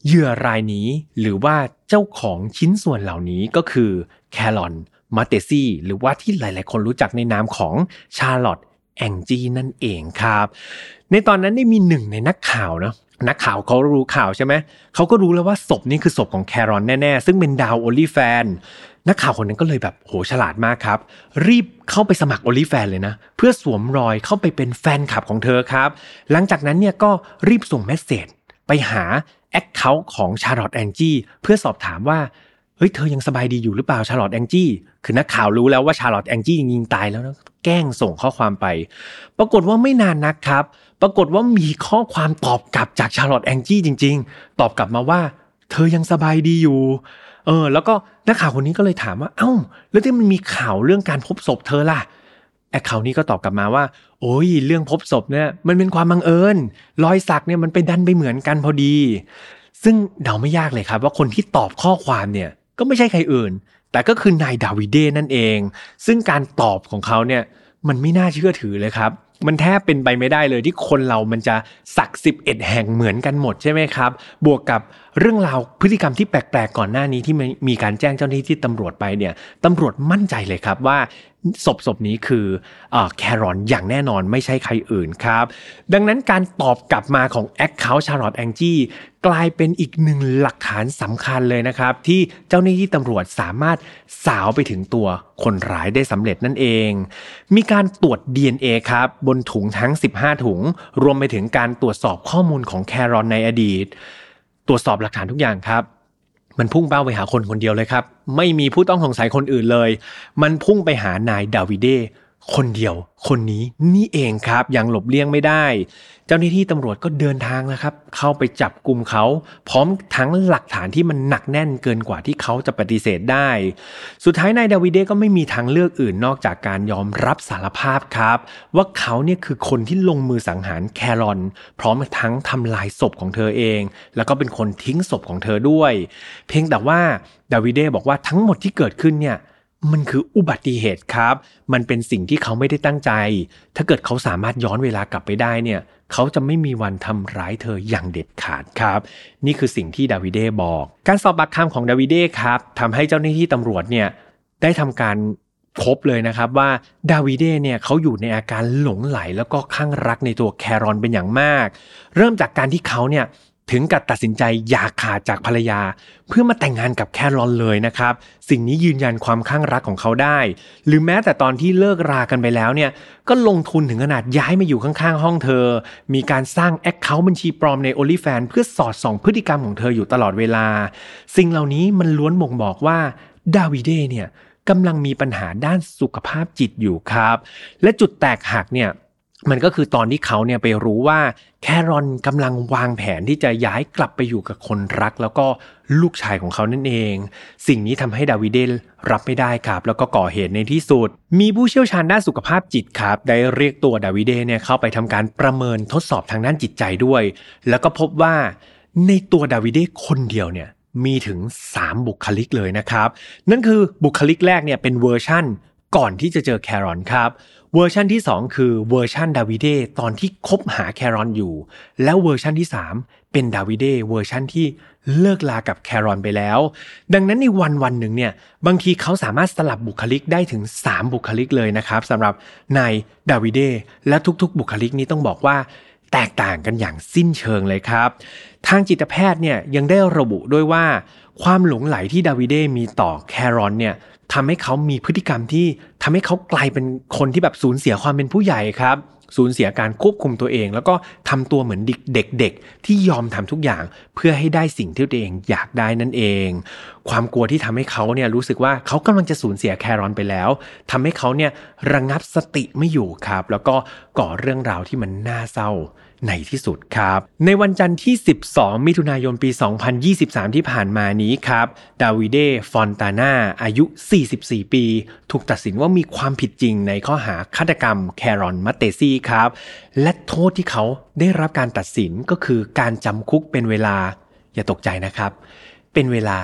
Speaker 1: เหยื่อรายนี้หรือว่าเจ้าของชิ้นส่วนเหล่านี้ก็คือแครอนมาเตซี่หรือว่าที่หลายๆคนรู้จักในนามของชาร์ลอตต์แองจี้นั่นเองครับในตอนนั้นได้มีหนึ่งในนักข่าวเนาะนักข่าวเขารู้ข่าวใช่ไหมเขาก็รู้แล้วว่าศพนี้คือศพของแครอนแน่ๆซึ่งเป็นดาวโอลิแฟนนักข่าวคนนั้นก็เลยแบบโหฉลาดมากครับรีบเข้าไปสมัครโอลิแฟนเลยนะเพื่อสวมรอยเข้าไปเป็นแฟนคลับของเธอครับหลังจากนั้นเนี่ยก็รีบส่งเมสเสจไปหาแอคเคาท์ของชาร์ลอตต์แองจี้เพื่อสอบถามว่าเฮ้ยเธอยังสบายดีอยู่หรือเปล่าชาร์ลอตต์แองจี้คือนักข่าวรู้แล้วว่าชาร์ลอตต์แองจี้ยิงตายแล้วนะแกล้งส่งข้อความไปปรากฏว่าไม่นานนักครับปรากฏว่ามีข้อความตอบกลับจากชาร์ลอตต์แองจี้จริงๆตอบกลับมาว่าเธอยังสบายดีอยู่แล้วก็นักข่าวคนนี้ก็เลยถามว่าเอ้าแล้วที่มันมีข่าวเรื่องการพบศพเธอล่ะแอคเคาท์นี้ก็ตอบกลับมาว่าโอ้ยเรื่องพบศพเนี่ยมันเป็นความบังเอิญรอยสักเนี่ยมันไปดันไปเหมือนกันพอดีซึ่งเดาไม่ยากเลยครับว่าคนที่ตอบข้อความเนี่ยก็ไม่ใช่ใครอื่นแต่ก็คือนายดาวิเดนั่นเองซึ่งการตอบของเขาเนี่ยมันไม่น่าเชื่อถือเลยครับมันแทบเป็นไปไม่ได้เลยที่คนเรามันจะสัก11แห่งเหมือนกันหมดใช่ไหมครับบวกกับเรื่องราวพฤติกรรมที่แปลกๆก่อนหน้านี้ที่มีการแจ้งเจ้าหน้าที่ตำรวจไปเนี่ยตำรวจมั่นใจเลยครับว่าศพนี้คือแครอนอย่างแน่นอนไม่ใช่ใครอื่นครับดังนั้นการตอบกลับมาของแอคเคาท์ชาร์ลอตต์แองจี้กลายเป็นอีกหนึ่งหลักฐานสำคัญเลยนะครับที่เจ้าหน้าที่ตำรวจสามารถสาวไปถึงตัวคนร้ายได้สำเร็จนั่นเองมีการตรวจ DNA ครับบนถุงทั้ง15ถุงรวมไปถึงการตรวจสอบข้อมูลของแครอนในอดีตตรวจสอบหลักฐานทุกอย่างครับมันพุ่งเป้าไปหาคนคนเดียวเลยครับไม่มีผู้ต้องสงสัยคนอื่นเลยมันพุ่งไปหานายดาวิเดคนเดียวคนนี้นี่เองครับยังหลบเลี่ยงไม่ได้เจ้าหน้าที่ตำรวจก็เดินทางแล้วครับเข้าไปจับกุมเขาพร้อมทั้งหลักฐานที่มันหนักแน่นเกินกว่าที่เขาจะปฏิเสธได้สุดท้ายนายดาวิเดก็ไม่มีทางเลือกอื่นนอกจากการยอมรับสารภาพครับว่าเขาเนี่ยคือคนที่ลงมือสังหารแครอนพร้อมทั้งทำลายศพของเธอเองแล้วก็เป็นคนทิ้งศพของเธอด้วยเพียงแต่ว่าดาวิเดบอกว่าทั้งหมดที่เกิดขึ้นเนี่ยมันคืออุบัติเหตุครับมันเป็นสิ่งที่เขาไม่ได้ตั้งใจถ้าเกิดเขาสามารถย้อนเวลากลับไปได้เนี่ยเขาจะไม่มีวันทำร้ายเธออย่างเด็ดขาดครับนี่คือสิ่งที่ดาวิเดบอกการสอบปากคำของดาวิเดครับทำให้เจ้าหน้าที่ตำรวจเนี่ยได้ทำการพบเลยนะครับว่าดาวิเดเนี่ยเขาอยู่ในอาการหลงไหลแล้วก็คลั่งรักในตัวแครอนเป็นอย่างมากเริ่มจากการที่เขาเนี่ยถึงกับตัดสินใจอย่าขาดจากภรรยาเพื่อมาแต่งงานกับแครอนเลยนะครับสิ่งนี้ยืนยันความคลั่งรักของเขาได้หรือแม้แต่ตอนที่เลิกรากันไปแล้วเนี่ยก็ลงทุนถึงขนาดย้ายมาอยู่ข้างๆห้องเธอมีการสร้างแอคเคาท์บัญชีปลอมใน OnlyFans เพื่อสอดส่องพฤติกรรมของเธออยู่ตลอดเวลาสิ่งเหล่านี้มันล้วนบ่งบอกว่าดาวิเดเนี่ยกำลังมีปัญหาด้านสุขภาพจิตอยู่ครับและจุดแตกหักเนี่ยมันก็คือตอนที่เขาเนี่ยไปรู้ว่าแครอนกำลังวางแผนที่จะย้ายกลับไปอยู่กับคนรักแล้วก็ลูกชายของเขานั่นเองสิ่งนี้ทำให้ดาวิเดรับไม่ได้ครับแล้วก็ก่อเหตุในที่สุดมีผู้เชี่ยวชาญด้านสุขภาพจิตครับได้เรียกตัวดาวิเดเนี่ยเข้าไปทำการประเมินทดสอบทางด้านจิตใจด้วยแล้วก็พบว่าในตัวดาวิเดคนเดียวเนี่ยมีถึง3บุคลิกเลยนะครับนั่นคือบุคลิกแรกเนี่ยเป็นเวอร์ชั่นก่อนที่จะเจอแครอนครับเวอร์ชันที่2คือเวอร์ชันดาวิเดตอนที่คบหาแครอนอยู่แล้วเวอร์ชันที่3เป็นดาวิเดเวอร์ชันที่เลิกลากับแครอนไปแล้วดังนั้นในวันหนึ่งเนี่ยบางทีเขาสามารถสลับบุคลิกได้ถึง3บุคลิกเลยนะครับสำหรับนายดาวิเดและทุกๆบุคลิกนี้ต้องบอกว่าแตกต่างกันอย่างสิ้นเชิงเลยครับทางจิตแพทย์เนี่ยยังได้ระบุด้วยว่าความหลงใหลที่ดาวิเดมีต่อแครอนเนี่ยทำให้เขามีพฤติกรรมที่ทำให้เขากลายเป็นคนที่แบบสูญเสียความเป็นผู้ใหญ่ครับสูญเสียการควบคุมตัวเองแล้วก็ทำตัวเหมือนเด็กที่ยอมทำทุกอย่างเพื่อให้ได้สิ่งที่ตัวเองอยากได้นั่นเองความกลัวที่ทำให้เขาเนี่ยรู้สึกว่าเขากำลังจะสูญเสียแครอนไปแล้วทำให้เขาเนี่ยระงับสติไม่อยู่ครับแล้วก็ก่อเรื่องราวที่มันน่าเศร้าในที่สุดครับในวันจันทร์ที่12มิถุนายนปี2023ที่ผ่านมานี้ครับดาวิเดฟอนตาน่าอายุ44ปีถูกตัดสินว่ามีความผิดจริงในข้อหาฆาตกรรมแครอนมาเตซี่ครับและโทษที่เขาได้รับการตัดสินก็คือการจำคุกเป็นเวลาอย่าตกใจนะครับเป็นเวลา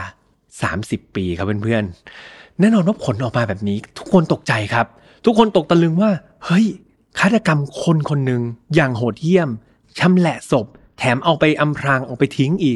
Speaker 1: 30ปีครับเพื่อนๆแน่นอนว่าผลออกมาแบบนี้ทุกคนตกใจครับทุกคนตกตะลึงว่าเฮ้ยฆาตกรรมคนหนึ่งอย่างโหดเหี้ยมชำแหละศพแถมเอาไปอำพรางเอาไปทิ้งอีก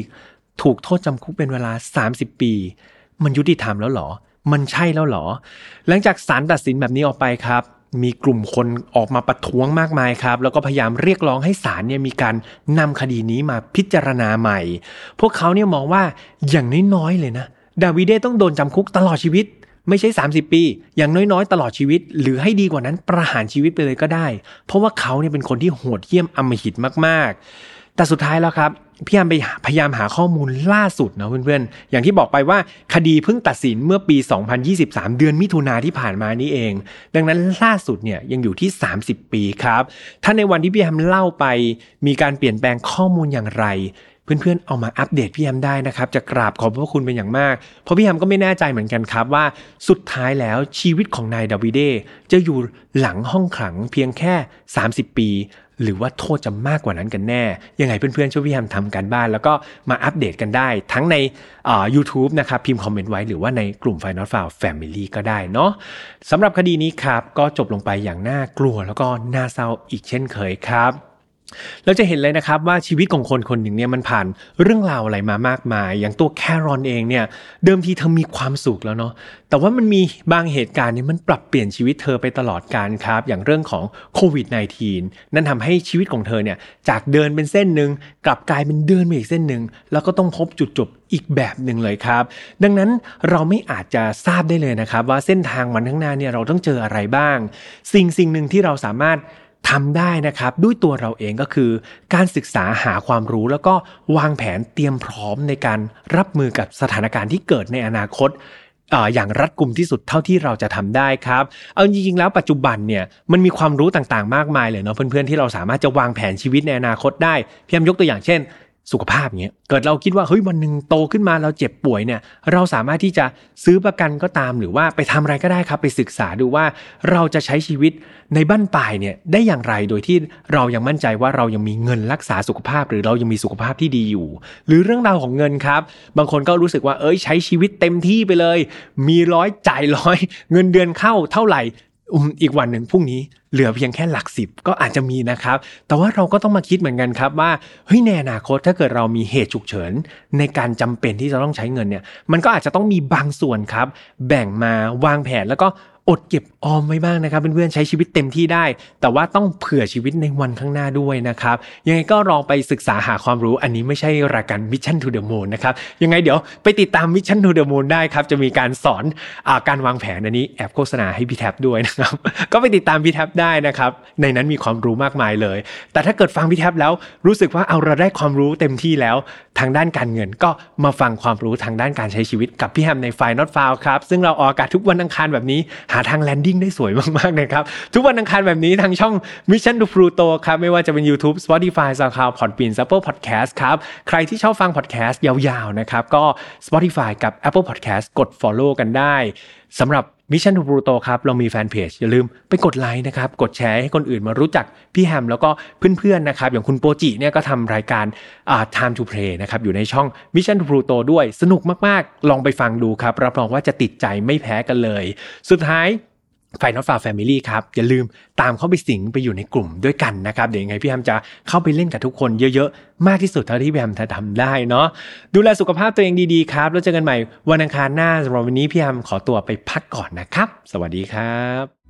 Speaker 1: ถูกโทษจำคุกเป็นเวลา30ปีมันยุติธรรมแล้วหรอมันใช่แล้วหรอหลังจากศาลตัดสินแบบนี้ออกไปครับมีกลุ่มคนออกมาประท้วงมากมายครับแล้วก็พยายามเรียกร้องให้ศาลเนี่ยมีการนำคดีนี้มาพิจารณาใหม่พวกเขาเนี่ยมองว่าอย่างน้อยๆเลยนะดาวิเดต้องโดนจำคุกตลอดชีวิตไม่ใช่30ปีอย่างน้อยๆตลอดชีวิตหรือให้ดีกว่านั้นประหารชีวิตไปเลยก็ได้เพราะว่าเขาเนี่ยเป็นคนที่โหดเหี้ยมอำมหิตมากๆแต่สุดท้ายแล้วครับพยายามหาข้อมูลล่าสุดนะเพื่อนๆอย่างที่บอกไปว่าคดีเพิ่งตัดสินเมื่อปี2023เดือนมิถุนายนที่ผ่านมานี้เองดังนั้นล่าสุดเนี่ยยังอยู่ที่30ปีครับถ้าในวันที่พี่แฮมเล่าไปมีการเปลี่ยนแปลงข้อมูลอย่างไรเพื่อนๆเอามาอัปเดตพี่แฮมได้นะครับจะกราบขอบพระคุณเป็นอย่างมากเพราะพี่แฮมก็ไม่แน่ใจเหมือนกันครับว่าสุดท้ายแล้วชีวิตของนายดาวิเดจะอยู่หลังห้องขังเพียงแค่30ปีหรือว่าโทษจะมากกว่านั้นกันแน่ยังไงเพื่อนๆช่วยพี่แฮมทำกันบ้านแล้วก็มาอัปเดตกันได้ทั้งในYouTube นะครับพิมพ์คอมเมนต์ไว้หรือว่าในกลุ่ม Final File Family ก็ได้เนาะสำหรับคดีนี้ครับก็จบลงไปอย่างน่ากลัวแล้วก็น่าเศร้าอีกเช่นเคยครับเราจะเห็นเลยนะครับว่าชีวิตของคนคนหนึ่งเนี่ยมันผ่านเรื่องราวอะไรมามากมายอย่างตัวแครอนเองเนี่ยเดิมทีเธอมีความสุขแล้วเนาะแต่ว่ามันมีบางเหตุการณ์เนี่ยมันปรับเปลี่ยนชีวิตเธอไปตลอดกาลครับอย่างเรื่องของโควิด -19 นั่นทำให้ชีวิตของเธอเนี่ยจากเดินเป็นเส้นนึงกลับกลายเป็นเดินไปอีกเส้นนึงแล้วก็ต้องพบจุดจบอีกแบบนึงเลยครับดังนั้นเราไม่อาจจะทราบได้เลยนะครับว่าเส้นทางวันข้างหน้าเนี่ยเราต้องเจออะไรบ้างสิ่งหนึ่งที่เราสามารถทำได้นะครับด้วยตัวเราเองก็คือการศึกษาหาความรู้แล้วก็วางแผนเตรียมพร้อมในการรับมือกับสถานการณ์ที่เกิดในอนาคตอย่างรัดกุมที่สุดเท่าที่เราจะทำได้ครับเอาจริงๆแล้วปัจจุบันเนี่ยมันมีความรู้ต่างๆมากมายเลยเนาะเพื่อนๆที่เราสามารถจะวางแผนชีวิตในอนาคตได้พี่แอมยกตัวอย่างเช่นสุขภาพเงี้ยเกิดเราคิดว่าเฮ้ยวันนึงโตขึ้นมาเราเจ็บป่วยเนี่ยเราสามารถที่จะซื้อประกันก็ตามหรือว่าไปทำอะไรก็ได้ครับไปศึกษาดูว่าเราจะใช้ชีวิตในบั้นปลายเนี่ยได้อย่างไรโดยที่เรายังมั่นใจว่าเรายังมีเงินรักษาสุขภาพหรือเรายังมีสุขภาพที่ดีอยู่หรือเรื่องราวของเงินครับบางคนก็รู้สึกว่าใช้ชีวิตเต็มที่ไปเลยมี100จ่าย100เงินเดือนเข้าเท่าไหร่อีกวันหนึ่งพรุ่งนี้เหลือเพียงแค่หลัก10ก็อาจจะมีนะครับแต่ว่าเราก็ต้องมาคิดเหมือนกันครับว่าเฮ้ยในอนาคตถ้าเกิดเรามีเหตุฉุกเฉินในการจำเป็นที่จะต้องใช้เงินเนี่ยมันก็อาจจะต้องมีบางส่วนครับแบ่งมาวางแผนแล้วก็อดเก็บออมไว้บ้างนะครับเพื่อนๆใช้ชีวิตเต็มที่ได้แต่ว่าต้องเผื่อชีวิตในวันข้างหน้าด้วยนะครับยังไงก็ลองไปศึกษาหาความรู้อันนี้ไม่ใช่รายการ Mission to the Moon นะครับยังไงเดี๋ยวไปติดตาม Mission to the Moon ได้ครับจะมีการสอนการวางแผนอันนี้แอบโฆษณาให้พี่แท็บด้วยนะครับก็ไปติดตามพี่แท็บได้นะครับในนั้นมีความรู้มากมายเลยแต่ถ้าเกิดฟังพี่แท็บแล้วรู้สึกว่าเราได้ความรู้เต็มที่แล้วทางด้านการเงินก็มาฟังความรู้ทางด้านการใช้ชีวิตกับพี่แฮมใน Final File ครับซึ่งเราออกอากาศทุกวันอังคารแบบนี้หาทางแลนดิ้งได้สวยมากๆนะครับทุกวันอังคารแบบนี้ทางช่อง Mission to Pluto ครับไม่ว่าจะเป็น YouTube Spotify SoundCloud Podbean Apple Podcast ครับใครที่ชอบฟัง podcast ยาวๆนะครับก็ Spotify กับ Apple Podcast กด follow กันได้สำหรับ Mission to Pluto ครับเรามีแฟนเพจอย่าลืมไปกดไลค์นะครับกดแชร์ให้คนอื่นมารู้จักพี่แฮมแล้วก็เพื่อนๆนะครับอย่างคุณโปจิเนี่ยก็ทำรายการTime to Play นะครับอยู่ในช่อง Mission to Pluto ด้วยสนุกมากๆลองไปฟังดูครับรับรองว่าจะติดใจไม่แพ้กันเลยสุดท้ายFinal File Family ครับอย่าลืมตามเข้าไปสิงไปอยู่ในกลุ่มด้วยกันนะครับเดี๋ยวยังไงพี่แฮมจะเข้าไปเล่นกับทุกคนเยอะๆมากที่สุดเท่าที่พี่แฮมจะทำได้เนาะดูแลสุขภาพตัวเองดีๆครับแล้วเจอกันใหม่วันอังคารหน้าสำหรับวันนี้พี่แฮมขอตัวไปพักก่อนนะครับสวัสดีครับ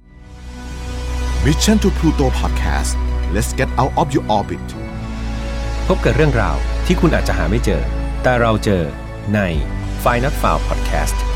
Speaker 2: Mission to Pluto Podcast Let's get out of your orbit
Speaker 3: พบกับเรื่องราวที่คุณอาจจะหาไม่เจอแต่เราเจอใน Final File Podcast